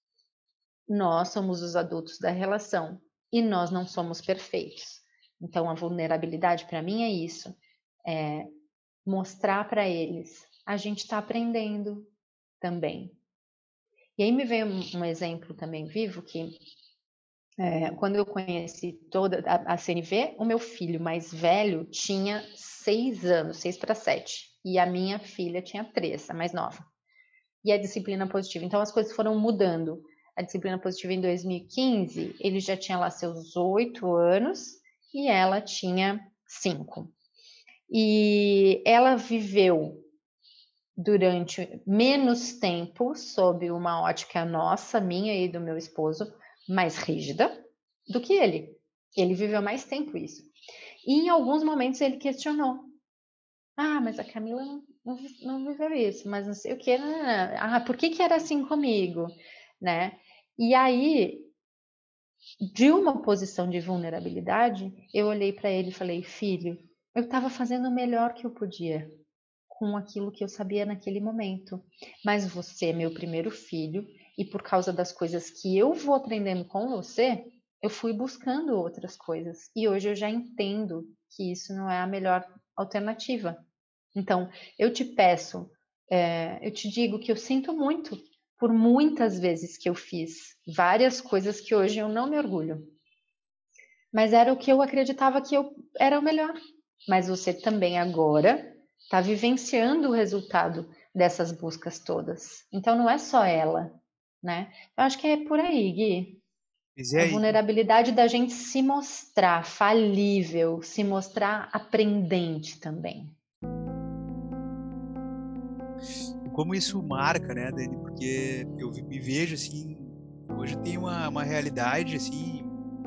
Nós somos os adultos da relação e nós não somos perfeitos. Então, a vulnerabilidade para mim é isso, é mostrar para eles, a gente está aprendendo também. E aí me veio um, um exemplo também vivo que é, quando eu conheci toda a, a C N V, o meu filho mais velho tinha seis anos, seis para sete, e a minha filha tinha três, a mais nova. E a disciplina positiva. Então as coisas foram mudando. A disciplina positiva em dois mil e quinze, ele já tinha lá seus oito anos e ela tinha cinco. E ela viveu durante menos tempo sob uma ótica nossa, minha e do meu esposo, mais rígida do que ele. Ele viveu mais tempo isso. E em alguns momentos ele questionou. Ah, mas a Camila não, não, não viveu isso, mas não sei o que. Ah, por que que era assim comigo? Né? E aí, de uma posição de vulnerabilidade, eu olhei para ele e falei, filho, eu estava fazendo o melhor que eu podia com aquilo que eu sabia naquele momento. Mas você é meu primeiro filho e por causa das coisas que eu vou aprendendo com você, eu fui buscando outras coisas. E hoje eu já entendo que isso não é a melhor alternativa. Então, eu te peço, é, eu te digo que eu sinto muito por muitas vezes que eu fiz várias coisas que hoje eu não me orgulho. Mas era o que eu acreditava que eu era o melhor. Mas você também agora está vivenciando o resultado dessas buscas todas. Então não é só ela, né? Eu acho que é por aí, Gui. É, a vulnerabilidade da gente se mostrar falível, se mostrar aprendente também. Como isso marca, né, Dani? Porque eu me vejo assim, hoje tem uma, uma realidade assim,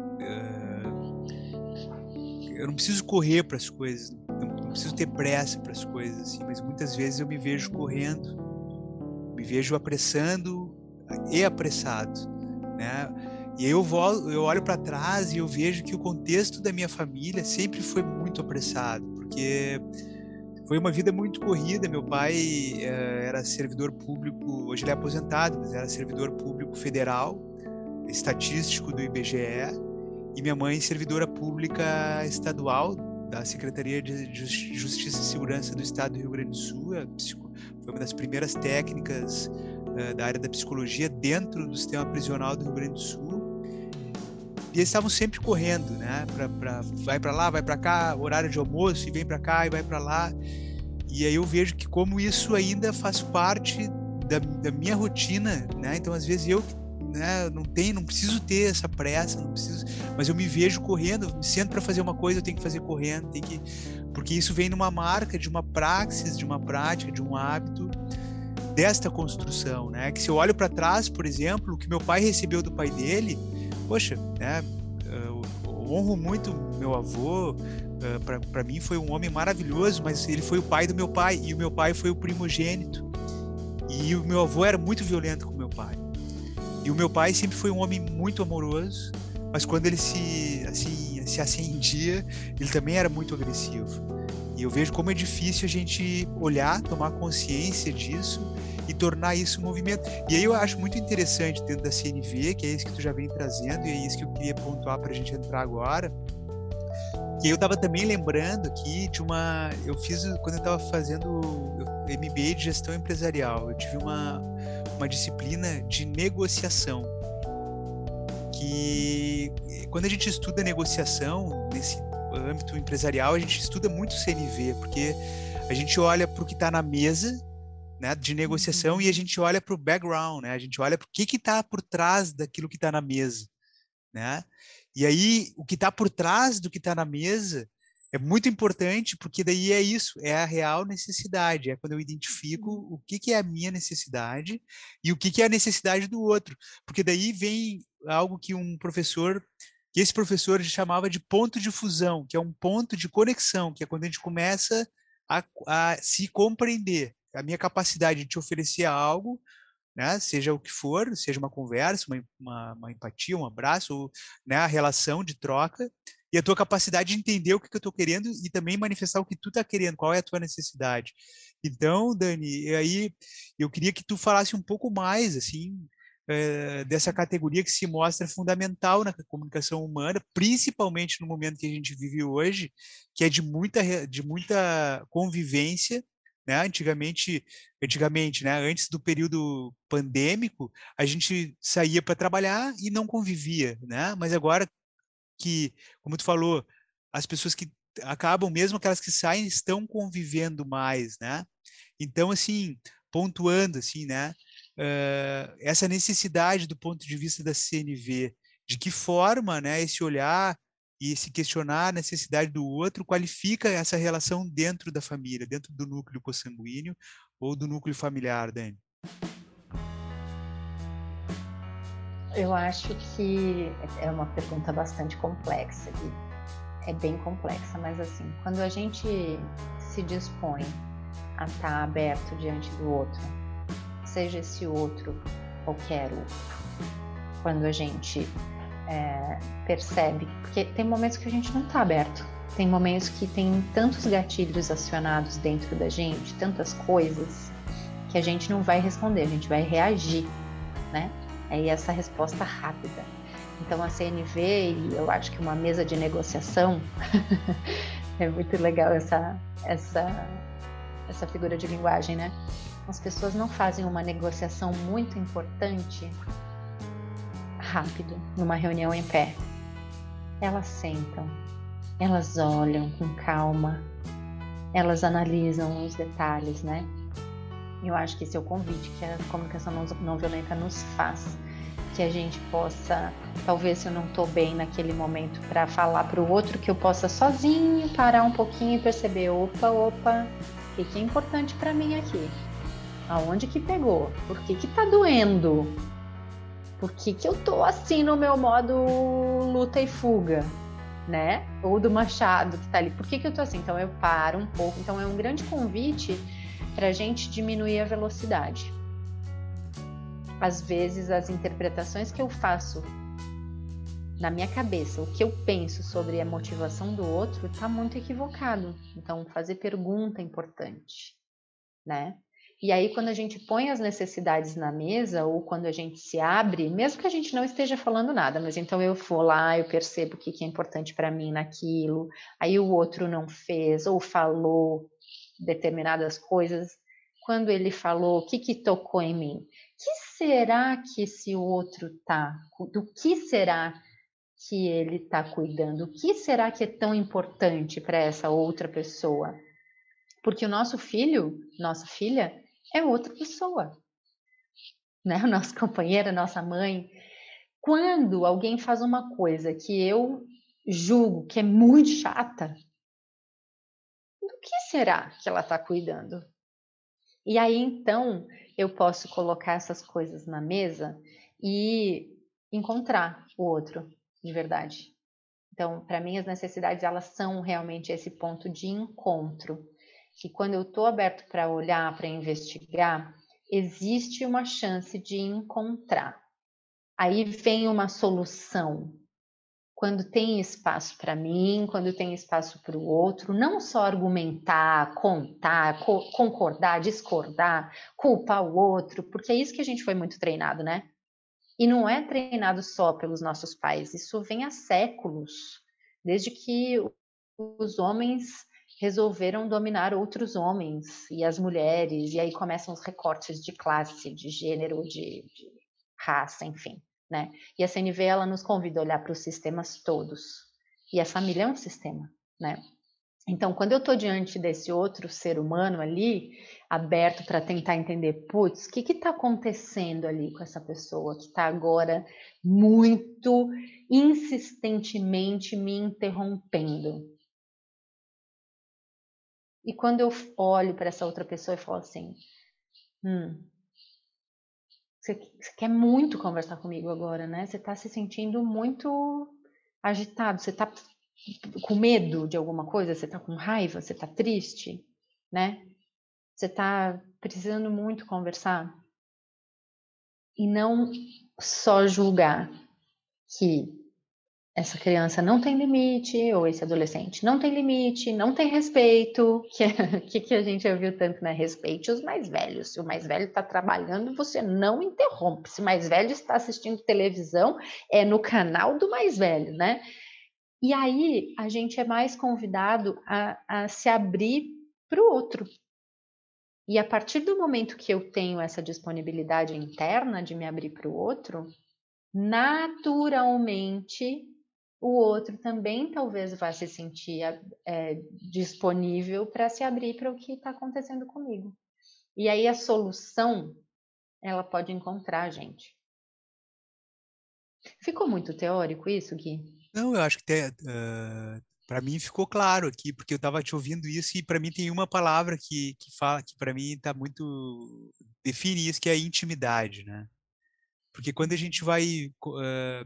uh, eu não preciso correr para as coisas, não, não preciso ter pressa para as coisas, assim, mas muitas vezes eu me vejo correndo, me vejo apressando e apressado, né? E aí eu volto, eu olho para trás e eu vejo que o contexto da minha família sempre foi muito apressado, porque foi uma vida muito corrida. Meu pai eh, era servidor público, hoje ele é aposentado, mas era servidor público federal, estatístico do I B G E, e minha mãe servidora pública estadual da Secretaria de Justiça e Segurança do Estado do Rio Grande do Sul. Foi uma das primeiras técnicas eh, da área da psicologia dentro do sistema prisional do Rio Grande do Sul. E eles estavam sempre correndo, né? Pra, pra, vai para lá, vai para cá, horário de almoço, e vem para cá e vai para lá. E aí eu vejo que como isso ainda faz parte da, da minha rotina, né? Então às vezes eu, né, não tenho, não preciso ter essa pressa, não preciso, mas eu me vejo correndo, me sento para fazer uma coisa, eu tenho que fazer correndo, tem que, porque isso vem numa marca de uma praxis, de uma prática, de um hábito desta construção, né? Que se eu olho para trás, por exemplo, o que meu pai recebeu do pai dele, poxa, né? Eu honro muito meu avô. Uh, para mim foi um homem maravilhoso, mas ele foi o pai do meu pai, e o meu pai foi o primogênito, e o meu avô era muito violento com o meu pai, e o meu pai sempre foi um homem muito amoroso, mas quando ele se, assim, se acendia, ele também era muito agressivo. E eu vejo como é difícil a gente olhar, tomar consciência disso e tornar isso um movimento. E aí eu acho muito interessante dentro da C N V, que é isso que tu já vem trazendo, e é isso que eu queria pontuar para a gente entrar agora. E eu estava também lembrando aqui de uma... Eu fiz, quando eu estava fazendo M B A de gestão empresarial, eu tive uma, uma disciplina de negociação. Que quando a gente estuda negociação, nesse âmbito empresarial, a gente estuda muito C N V, porque a gente olha para o que está na mesa, né, de negociação, uhum. E a gente olha para o background, né? A gente olha para o que está por trás daquilo que está na mesa, né? E aí, o que está por trás do que está na mesa é muito importante, porque daí é isso, é a real necessidade, é quando eu identifico o que, que é a minha necessidade e o que, que é a necessidade do outro. Porque daí vem algo que um professor, que esse professor chamava de ponto de fusão, que é um ponto de conexão, que é quando a gente começa a, a se compreender, a minha capacidade de te oferecer algo né? Seja o que for, seja uma conversa, uma, uma, uma empatia, um abraço, ou, né, a relação de troca, e a tua capacidade de entender o que, que eu estou querendo e também manifestar o que tu está querendo, qual é a tua necessidade. Então, Dani, e aí eu queria que tu falasse um pouco mais, assim, eh, dessa categoria que se mostra fundamental na comunicação humana, principalmente no momento que a gente vive hoje, que é de muita, re- de muita convivência, né? Antigamente, antigamente, né? Antes do período pandêmico, a gente saía para trabalhar e não convivia, né? Mas agora que, como tu falou, as pessoas que acabam, mesmo aquelas que saem, estão convivendo mais, né? Então, assim, pontuando, assim, né? eh, essa necessidade do ponto de vista da C N V, de que forma, né, esse olhar e se questionar a necessidade do outro qualifica essa relação dentro da família, dentro do núcleo consanguíneo ou do núcleo familiar, Dani? Eu acho que é uma pergunta bastante complexa, Gui. É bem complexa, mas assim, quando a gente se dispõe a estar aberto diante do outro, seja esse outro qualquer outro, quando a gente é, percebe, porque tem momentos que a gente não está aberto, tem momentos que tem tantos gatilhos acionados dentro da gente, tantas coisas, que a gente não vai responder, a gente vai reagir, né? Aí essa resposta rápida. Então a C N V, e eu acho que uma mesa de negociação, é muito legal essa, essa, essa figura de linguagem, né? As pessoas não fazem uma negociação muito importante rápido, numa reunião em pé. Elas sentam, elas olham com calma, elas analisam os detalhes, né? Eu acho que esse é o convite que a comunicação não, não violenta nos faz, que a gente possa, talvez se eu não estou bem naquele momento para falar para o outro, que eu possa sozinho parar um pouquinho e perceber, opa, opa, o que, que é importante para mim aqui? Aonde que pegou? Por que que tá doendo? Por que que eu tô assim no meu modo luta e fuga, né? Ou do machado que tá ali. Por que que eu tô assim? Então eu paro um pouco. Então é um grande convite para a gente diminuir a velocidade. Às vezes as interpretações que eu faço na minha cabeça, o que eu penso sobre a motivação do outro está muito equivocado. Então fazer pergunta é importante, né? E aí quando a gente põe as necessidades na mesa ou quando a gente se abre, mesmo que a gente não esteja falando nada, mas então eu vou lá, eu percebo o que é importante para mim naquilo, aí o outro não fez ou falou determinadas coisas. Quando ele falou, o que que tocou em mim? Que será que esse outro tá? Do que será que ele está cuidando? O que será que é tão importante para essa outra pessoa? Porque o nosso filho, nossa filha, é outra pessoa, né? O nosso companheiro, a nossa mãe. Quando alguém faz uma coisa que eu julgo que é muito chata, do que será que ela está cuidando? E aí, então, eu posso colocar essas coisas na mesa e encontrar o outro de verdade. Então, para mim, as necessidades, elas são realmente esse ponto de encontro. Que quando eu estou aberto para olhar, para investigar, existe uma chance de encontrar. Aí vem uma solução. Quando tem espaço para mim, quando tem espaço para o outro, não só argumentar, contar, co concordar, discordar, culpar o outro, porque é isso que a gente foi muito treinado, né? E não é treinado só pelos nossos pais, isso vem há séculos, desde que os homens resolveram dominar outros homens e as mulheres, e aí começam os recortes de classe, de gênero, de, de raça, enfim, né? E a C N V, ela nos convida a olhar para os sistemas todos, e a família é um sistema, né? Então, quando eu estou diante desse outro ser humano ali, aberto para tentar entender, putz, o que está acontecendo ali com essa pessoa que está agora muito insistentemente me interrompendo? E quando eu olho para essa outra pessoa e falo assim, hum, você, você quer muito conversar comigo agora, né? Você está se sentindo muito agitado, você está com medo de alguma coisa, você está com raiva, você está triste, né? Você está precisando muito conversar. e não só julgar que essa criança não tem limite, ou esse adolescente não tem limite, não tem respeito, que é, que, que a gente ouviu tanto, né? Respeite os mais velhos. Se o mais velho está trabalhando, você não interrompe. Se o mais velho está assistindo televisão, é no canal do mais velho, né? E aí a gente é mais convidado a, a se abrir para o outro. E a partir do momento que eu tenho essa disponibilidade interna de me abrir para o outro, naturalmente o outro também talvez vá se sentir é, disponível para se abrir para o que está acontecendo comigo. E aí a solução, ela pode encontrar a gente. Ficou muito teórico isso, Gui? Não, eu acho que uh, para mim ficou claro aqui, porque eu estava te ouvindo isso e para mim tem uma palavra que, que fala, que para mim está muito, define isso, que é a intimidade, né? Porque quando a gente vai... Uh,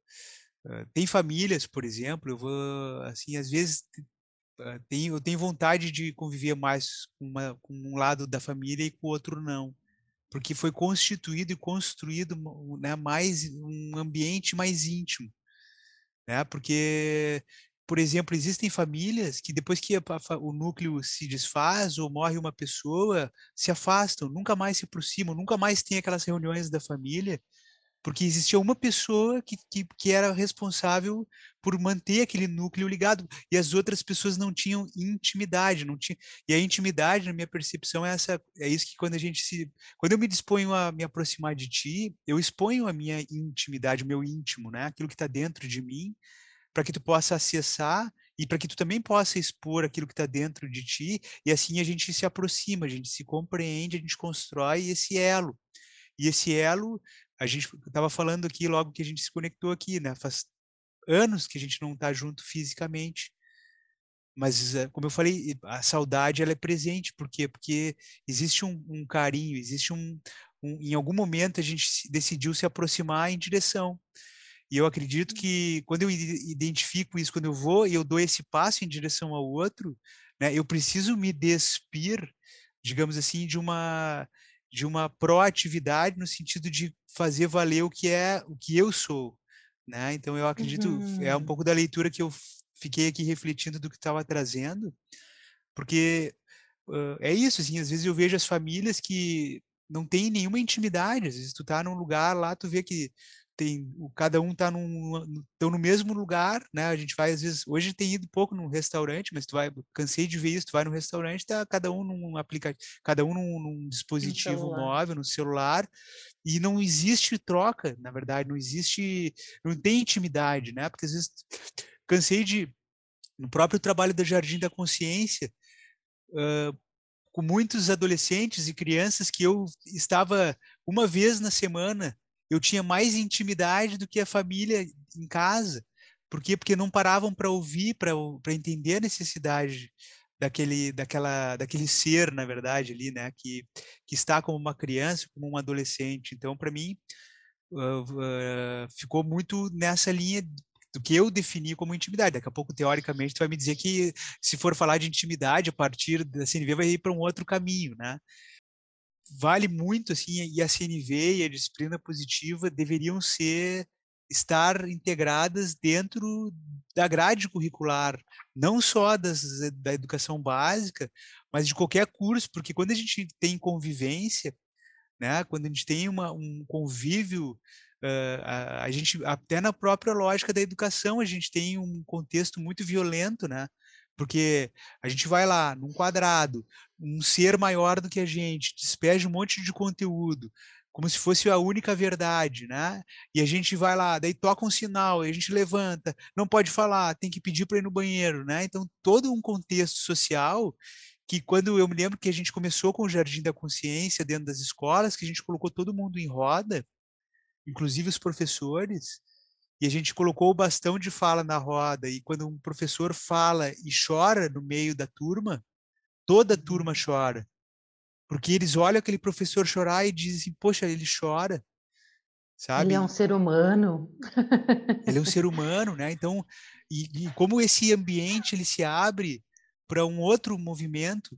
uh, tem famílias, por exemplo, eu vou, assim, às vezes... Uh, tenho, eu tenho vontade de conviver mais com, uma, com um lado da família e com o outro não. Porque foi constituído e construído, né, mais um ambiente mais íntimo, né? Porque, por exemplo, existem famílias que depois que a, a, o núcleo se desfaz ou morre uma pessoa, se afastam, nunca mais se aproximam, nunca mais tem aquelas reuniões da família, porque existia uma pessoa que, que, que era responsável por manter aquele núcleo ligado, e as outras pessoas não tinham intimidade, não tinha, e a intimidade, na minha percepção, é essa, é isso que quando a gente se, quando eu me disponho a me aproximar de ti, eu exponho a minha intimidade, o meu íntimo, né, aquilo que está dentro de mim, para que tu possa acessar e para que tu também possa expor aquilo que está dentro de ti, e assim a gente se aproxima, a gente se compreende, a gente constrói esse elo, e esse elo, a gente estava falando aqui logo que a gente se conectou aqui, né? Faz anos que a gente não está junto fisicamente. Mas, como eu falei, a saudade ela é presente. Por quê? Porque existe um, um carinho, existe um, um... Em algum momento a gente decidiu se aproximar em direção. E eu acredito que quando eu identifico isso, quando eu vou e eu dou esse passo em direção ao outro, né? Eu preciso me despir, digamos assim, de uma... de uma proatividade no sentido de fazer valer o que é o que eu sou, né? Então eu acredito uhum. É um pouco da leitura que eu fiquei aqui refletindo do que estava trazendo, porque uh, é isso, assim, às vezes eu vejo as famílias que não têm nenhuma intimidade, às vezes tu tá num lugar lá, tu vê que tem, cada um tá num, tão no mesmo lugar, né? A gente vai às vezes, hoje tem ido pouco num restaurante, mas tu vai, cansei de ver isso, tu vai no restaurante, tá cada um num aplicativo, cada um num, num dispositivo um móvel, no celular, e não existe troca, na verdade, não existe, não tem intimidade, né? Porque às vezes cansei de, no próprio trabalho da Jardim da Consciência, uh, com muitos adolescentes e crianças que eu estava uma vez na semana, eu tinha mais intimidade do que a família em casa. Por quê? Porque não paravam para ouvir, para entender a necessidade daquele, daquela, daquele ser, na verdade, ali, né? Que, que está como uma criança, como um adolescente. Então, para mim, uh, uh, ficou muito nessa linha do que eu defini como intimidade. Daqui a pouco, teoricamente, tu vai me dizer que se for falar de intimidade, a partir da C N V vai ir para um outro caminho, né? Vale muito, assim, e a C N V e a disciplina positiva deveriam ser, estar integradas dentro da grade curricular, não só das, da educação básica, mas de qualquer curso, porque quando a gente tem convivência, né, quando a gente tem uma, um convívio, uh, a, a gente, até na própria lógica da educação, a gente tem um contexto muito violento, né? Porque a gente vai lá, num quadrado, um ser maior do que a gente, despeja um monte de conteúdo, como se fosse a única verdade, né? E a gente vai lá, daí toca um sinal, a gente levanta, não pode falar, tem que pedir para ir no banheiro, né? Então, todo um contexto social que, quando eu me lembro que a gente começou com o Jardim da Consciência dentro das escolas, que a gente colocou todo mundo em roda, inclusive os professores, e a gente colocou o bastão de fala na roda, e quando um professor fala e chora no meio da turma, toda a turma chora. Porque eles olham aquele professor chorar e dizem, poxa, ele chora, sabe? Ele é um ser humano. Ele é um ser humano, né? Então, e, e como esse ambiente ele se abre para um outro movimento,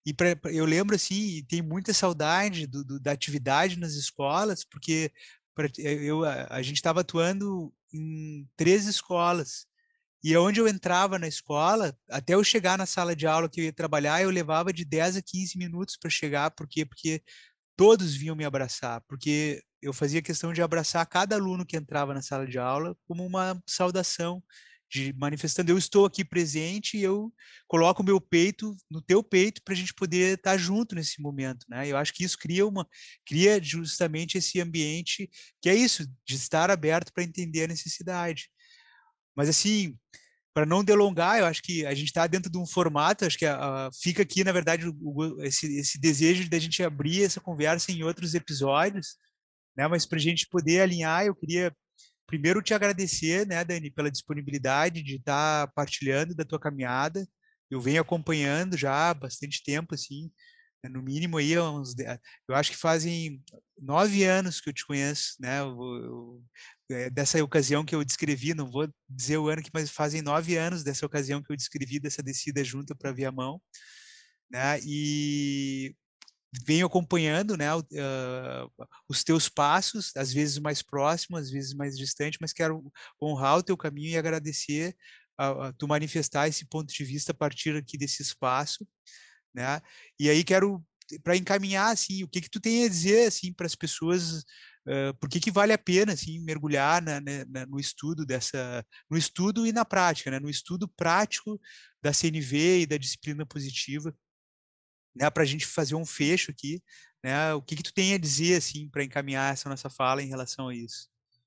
E pra, pra- eu lembro, assim, e tenho muita saudade do, do- da atividade nas escolas, porque pra- eu, a, a gente estava atuando em três escolas. E onde eu entrava na escola, até eu chegar na sala de aula que eu ia trabalhar, eu levava de dez a quinze minutos para chegar. Por quê? Porque todos vinham me abraçar, porque eu fazia questão de abraçar cada aluno que entrava na sala de aula como uma saudação, de manifestando, eu estou aqui presente e eu coloco o meu peito no teu peito para a gente poder estar junto nesse momento, né? Eu acho que isso cria uma, cria justamente esse ambiente que é isso, de estar aberto para entender a necessidade. Mas assim, para não delongar, eu acho que a gente está dentro de um formato, acho que a, a, fica aqui, na verdade, o, o, esse, esse desejo de a gente abrir essa conversa em outros episódios, né? Mas para a gente poder alinhar, eu queria primeiro te agradecer, né, Dani, pela disponibilidade de estar tá partilhando da tua caminhada. Eu venho acompanhando já há bastante tempo, assim, né, no mínimo aí uns, eu acho que fazem nove anos que eu te conheço, né? Eu, eu, é, dessa ocasião que eu descrevi, não vou dizer o ano que, mas fazem nove anos dessa ocasião que eu descrevi dessa descida junta para Viamão, né? E venho acompanhando, né, uh, os teus passos, às vezes mais próximo, às vezes mais distante, mas quero honrar o teu caminho e agradecer a, a tu manifestar esse ponto de vista a partir aqui desse espaço, né? E aí quero para encaminhar assim, o que que tu tem a dizer assim para as pessoas, uh, por que que vale a pena assim mergulhar na, na, no estudo dessa, no estudo e na prática, né? No estudo prático da C N V e da disciplina positiva, né, para a gente fazer um fecho aqui, né? O que que tu tem a dizer assim para encaminhar essa nossa fala em relação a isso?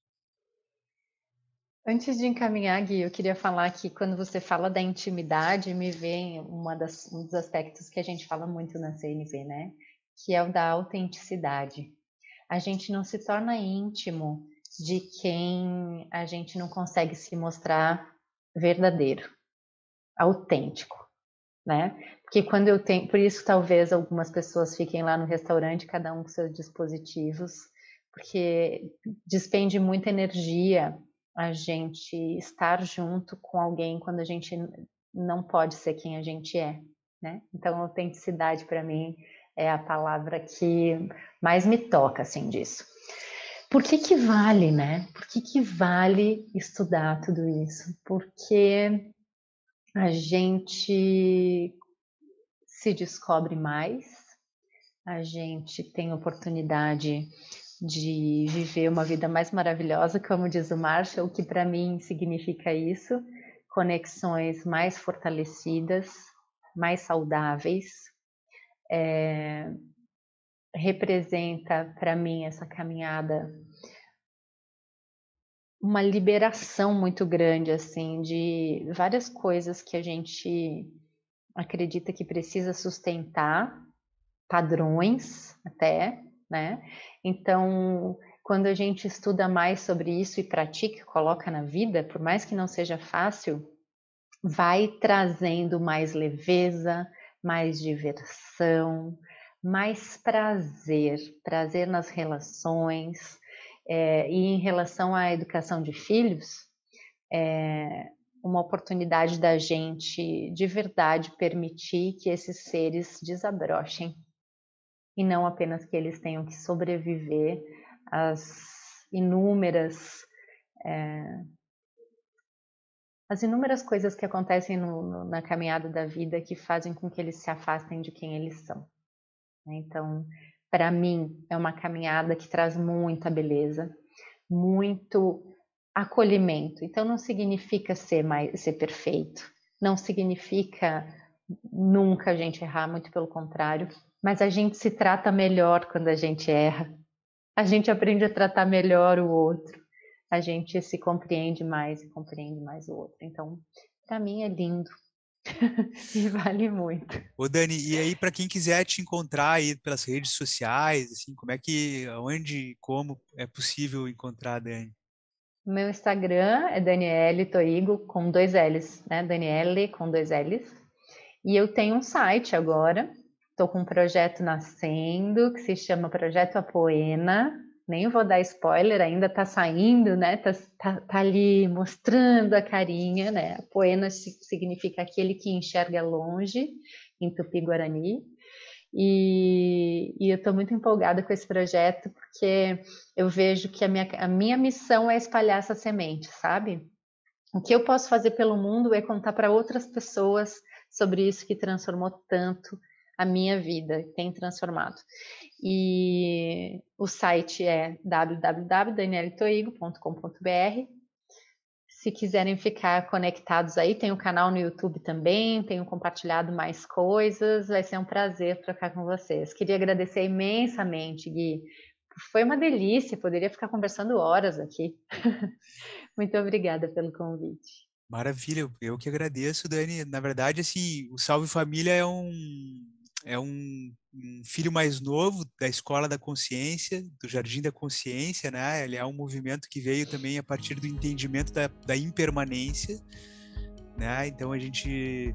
Antes de encaminhar, Gui, eu queria falar que quando você fala da intimidade, me vem uma das, um dos aspectos que a gente fala muito na C N V, né? Que é o da autenticidade. A gente não se torna íntimo de quem a gente não consegue se mostrar verdadeiro, autêntico, né? Porque quando eu tenho, por isso talvez algumas pessoas fiquem lá no restaurante, cada um com seus dispositivos, porque despende muita energia a gente estar junto com alguém quando a gente não pode ser quem a gente é, né? Então, autenticidade para mim é a palavra que mais me toca, assim, disso. Por que que vale, né? Por que que vale estudar tudo isso? Porque a gente se descobre mais, a gente tem oportunidade de viver uma vida mais maravilhosa, como diz o Marshall, que para mim significa isso, conexões mais fortalecidas, mais saudáveis. É, representa para mim essa caminhada uma liberação muito grande, assim, de várias coisas que a gente acredita que precisa sustentar, padrões até, né? Então, quando a gente estuda mais sobre isso e pratica, e coloca na vida, por mais que não seja fácil, vai trazendo mais leveza, mais diversão, mais prazer, prazer nas relações. É, e em relação à educação de filhos, é uma oportunidade da gente de verdade permitir que esses seres desabrochem e não apenas que eles tenham que sobreviver às inúmeras é, as inúmeras coisas que acontecem no, no, na caminhada da vida que fazem com que eles se afastem de quem eles são. Então, para mim, é uma caminhada que traz muita beleza, muito acolhimento. Então, não significa ser, mais, ser perfeito, não significa nunca a gente errar, muito pelo contrário, mas a gente se trata melhor quando a gente erra. A gente aprende a tratar melhor o outro. A gente se compreende mais e compreende mais o outro. Então, para mim é lindo e vale muito. Ô Dani, e aí para quem quiser te encontrar aí pelas redes sociais, assim, como é que, onde, como é possível encontrar a Dani? Meu Instagram é Daniele Toigo com dois L's, né? Daniele com dois L's. E eu tenho um site agora. Estou com um projeto nascendo que se chama Projeto Apoena. Nem vou dar spoiler, ainda está saindo, né? Tá, tá, tá ali mostrando a carinha, né? Apoena significa aquele que enxerga longe, em Tupi-Guarani. E, e eu estou muito empolgada com esse projeto, porque eu vejo que a minha, a minha missão é espalhar essa semente, sabe? O que eu posso fazer pelo mundo é contar para outras pessoas sobre isso que transformou tanto a minha vida, que tem transformado. E o site é w w w ponto daniele toigo ponto com ponto b r. Se quiserem ficar conectados aí, tem o canal no YouTube também, tenho compartilhado mais coisas, vai ser um prazer trocar com vocês. Queria agradecer imensamente, Gui. Foi uma delícia, poderia ficar conversando horas aqui. Muito obrigada pelo convite. Maravilha, eu que agradeço, Dani. Na verdade, assim, o Salve Família é um, é um, um filho mais novo da Escola da Consciência, do Jardim da Consciência, né? Ele é um movimento que veio também a partir do entendimento da, da impermanência, né? Então a gente,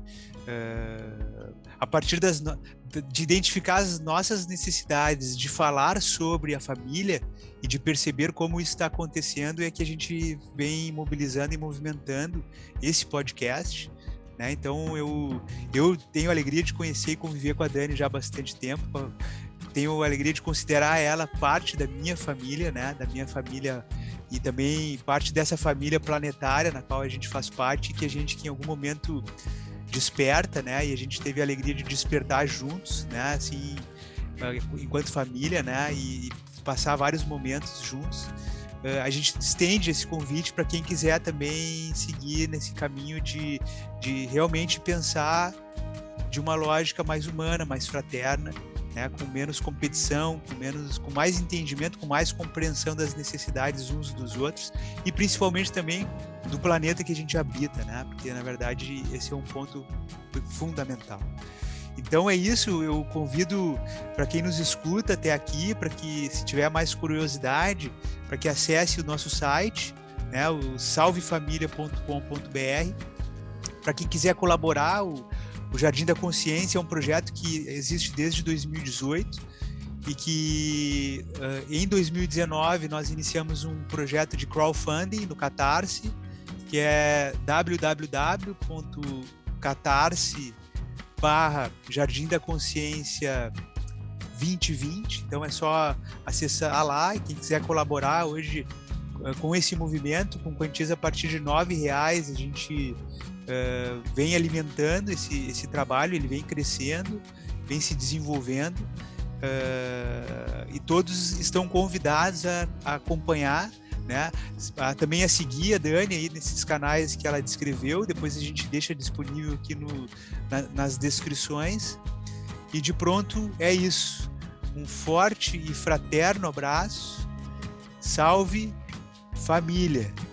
uh, a partir das, de identificar as nossas necessidades, de falar sobre a família e de perceber como isso está acontecendo, é que a gente vem mobilizando e movimentando esse podcast, né? Então eu, eu tenho a alegria de conhecer e conviver com a Dani já há bastante tempo, tenho a alegria de considerar ela parte da minha família, né? Da minha família e também parte dessa família planetária na qual a gente faz parte, que a gente que em algum momento desperta, né? E a gente teve a alegria de despertar juntos, né? Assim, enquanto família, né? E, e passar vários momentos juntos. Uh, a gente estende esse convite para quem quiser também seguir nesse caminho de, de realmente pensar de uma lógica mais humana, mais fraterna, né, com menos competição, com, menos, com mais entendimento, com mais compreensão das necessidades uns dos outros e principalmente também do planeta que a gente habita, né, porque na verdade esse é um ponto fundamental. Então é isso, eu convido para quem nos escuta até aqui, para que se tiver mais curiosidade, para que acesse o nosso site, né, o salve família ponto com ponto b r. Para quem quiser colaborar, o O Jardim da Consciência é um projeto que existe desde dois mil e dezoito e que uh, em dois mil e dezenove nós iniciamos um projeto de crowdfunding no Catarse, que é w w w ponto catarse barra Jardim da Consciência vinte vinte. Então é só acessar lá e quem quiser colaborar hoje uh, com esse movimento, com quantias a partir de nove reais, a gente Uh, vem alimentando esse, esse trabalho, ele vem crescendo, vem se desenvolvendo uh, e todos estão convidados a, a acompanhar, né? a, também a seguir a Dani aí nesses canais que ela descreveu, depois a gente deixa disponível aqui no, na, nas descrições. E de pronto é isso, um forte e fraterno abraço, salve família!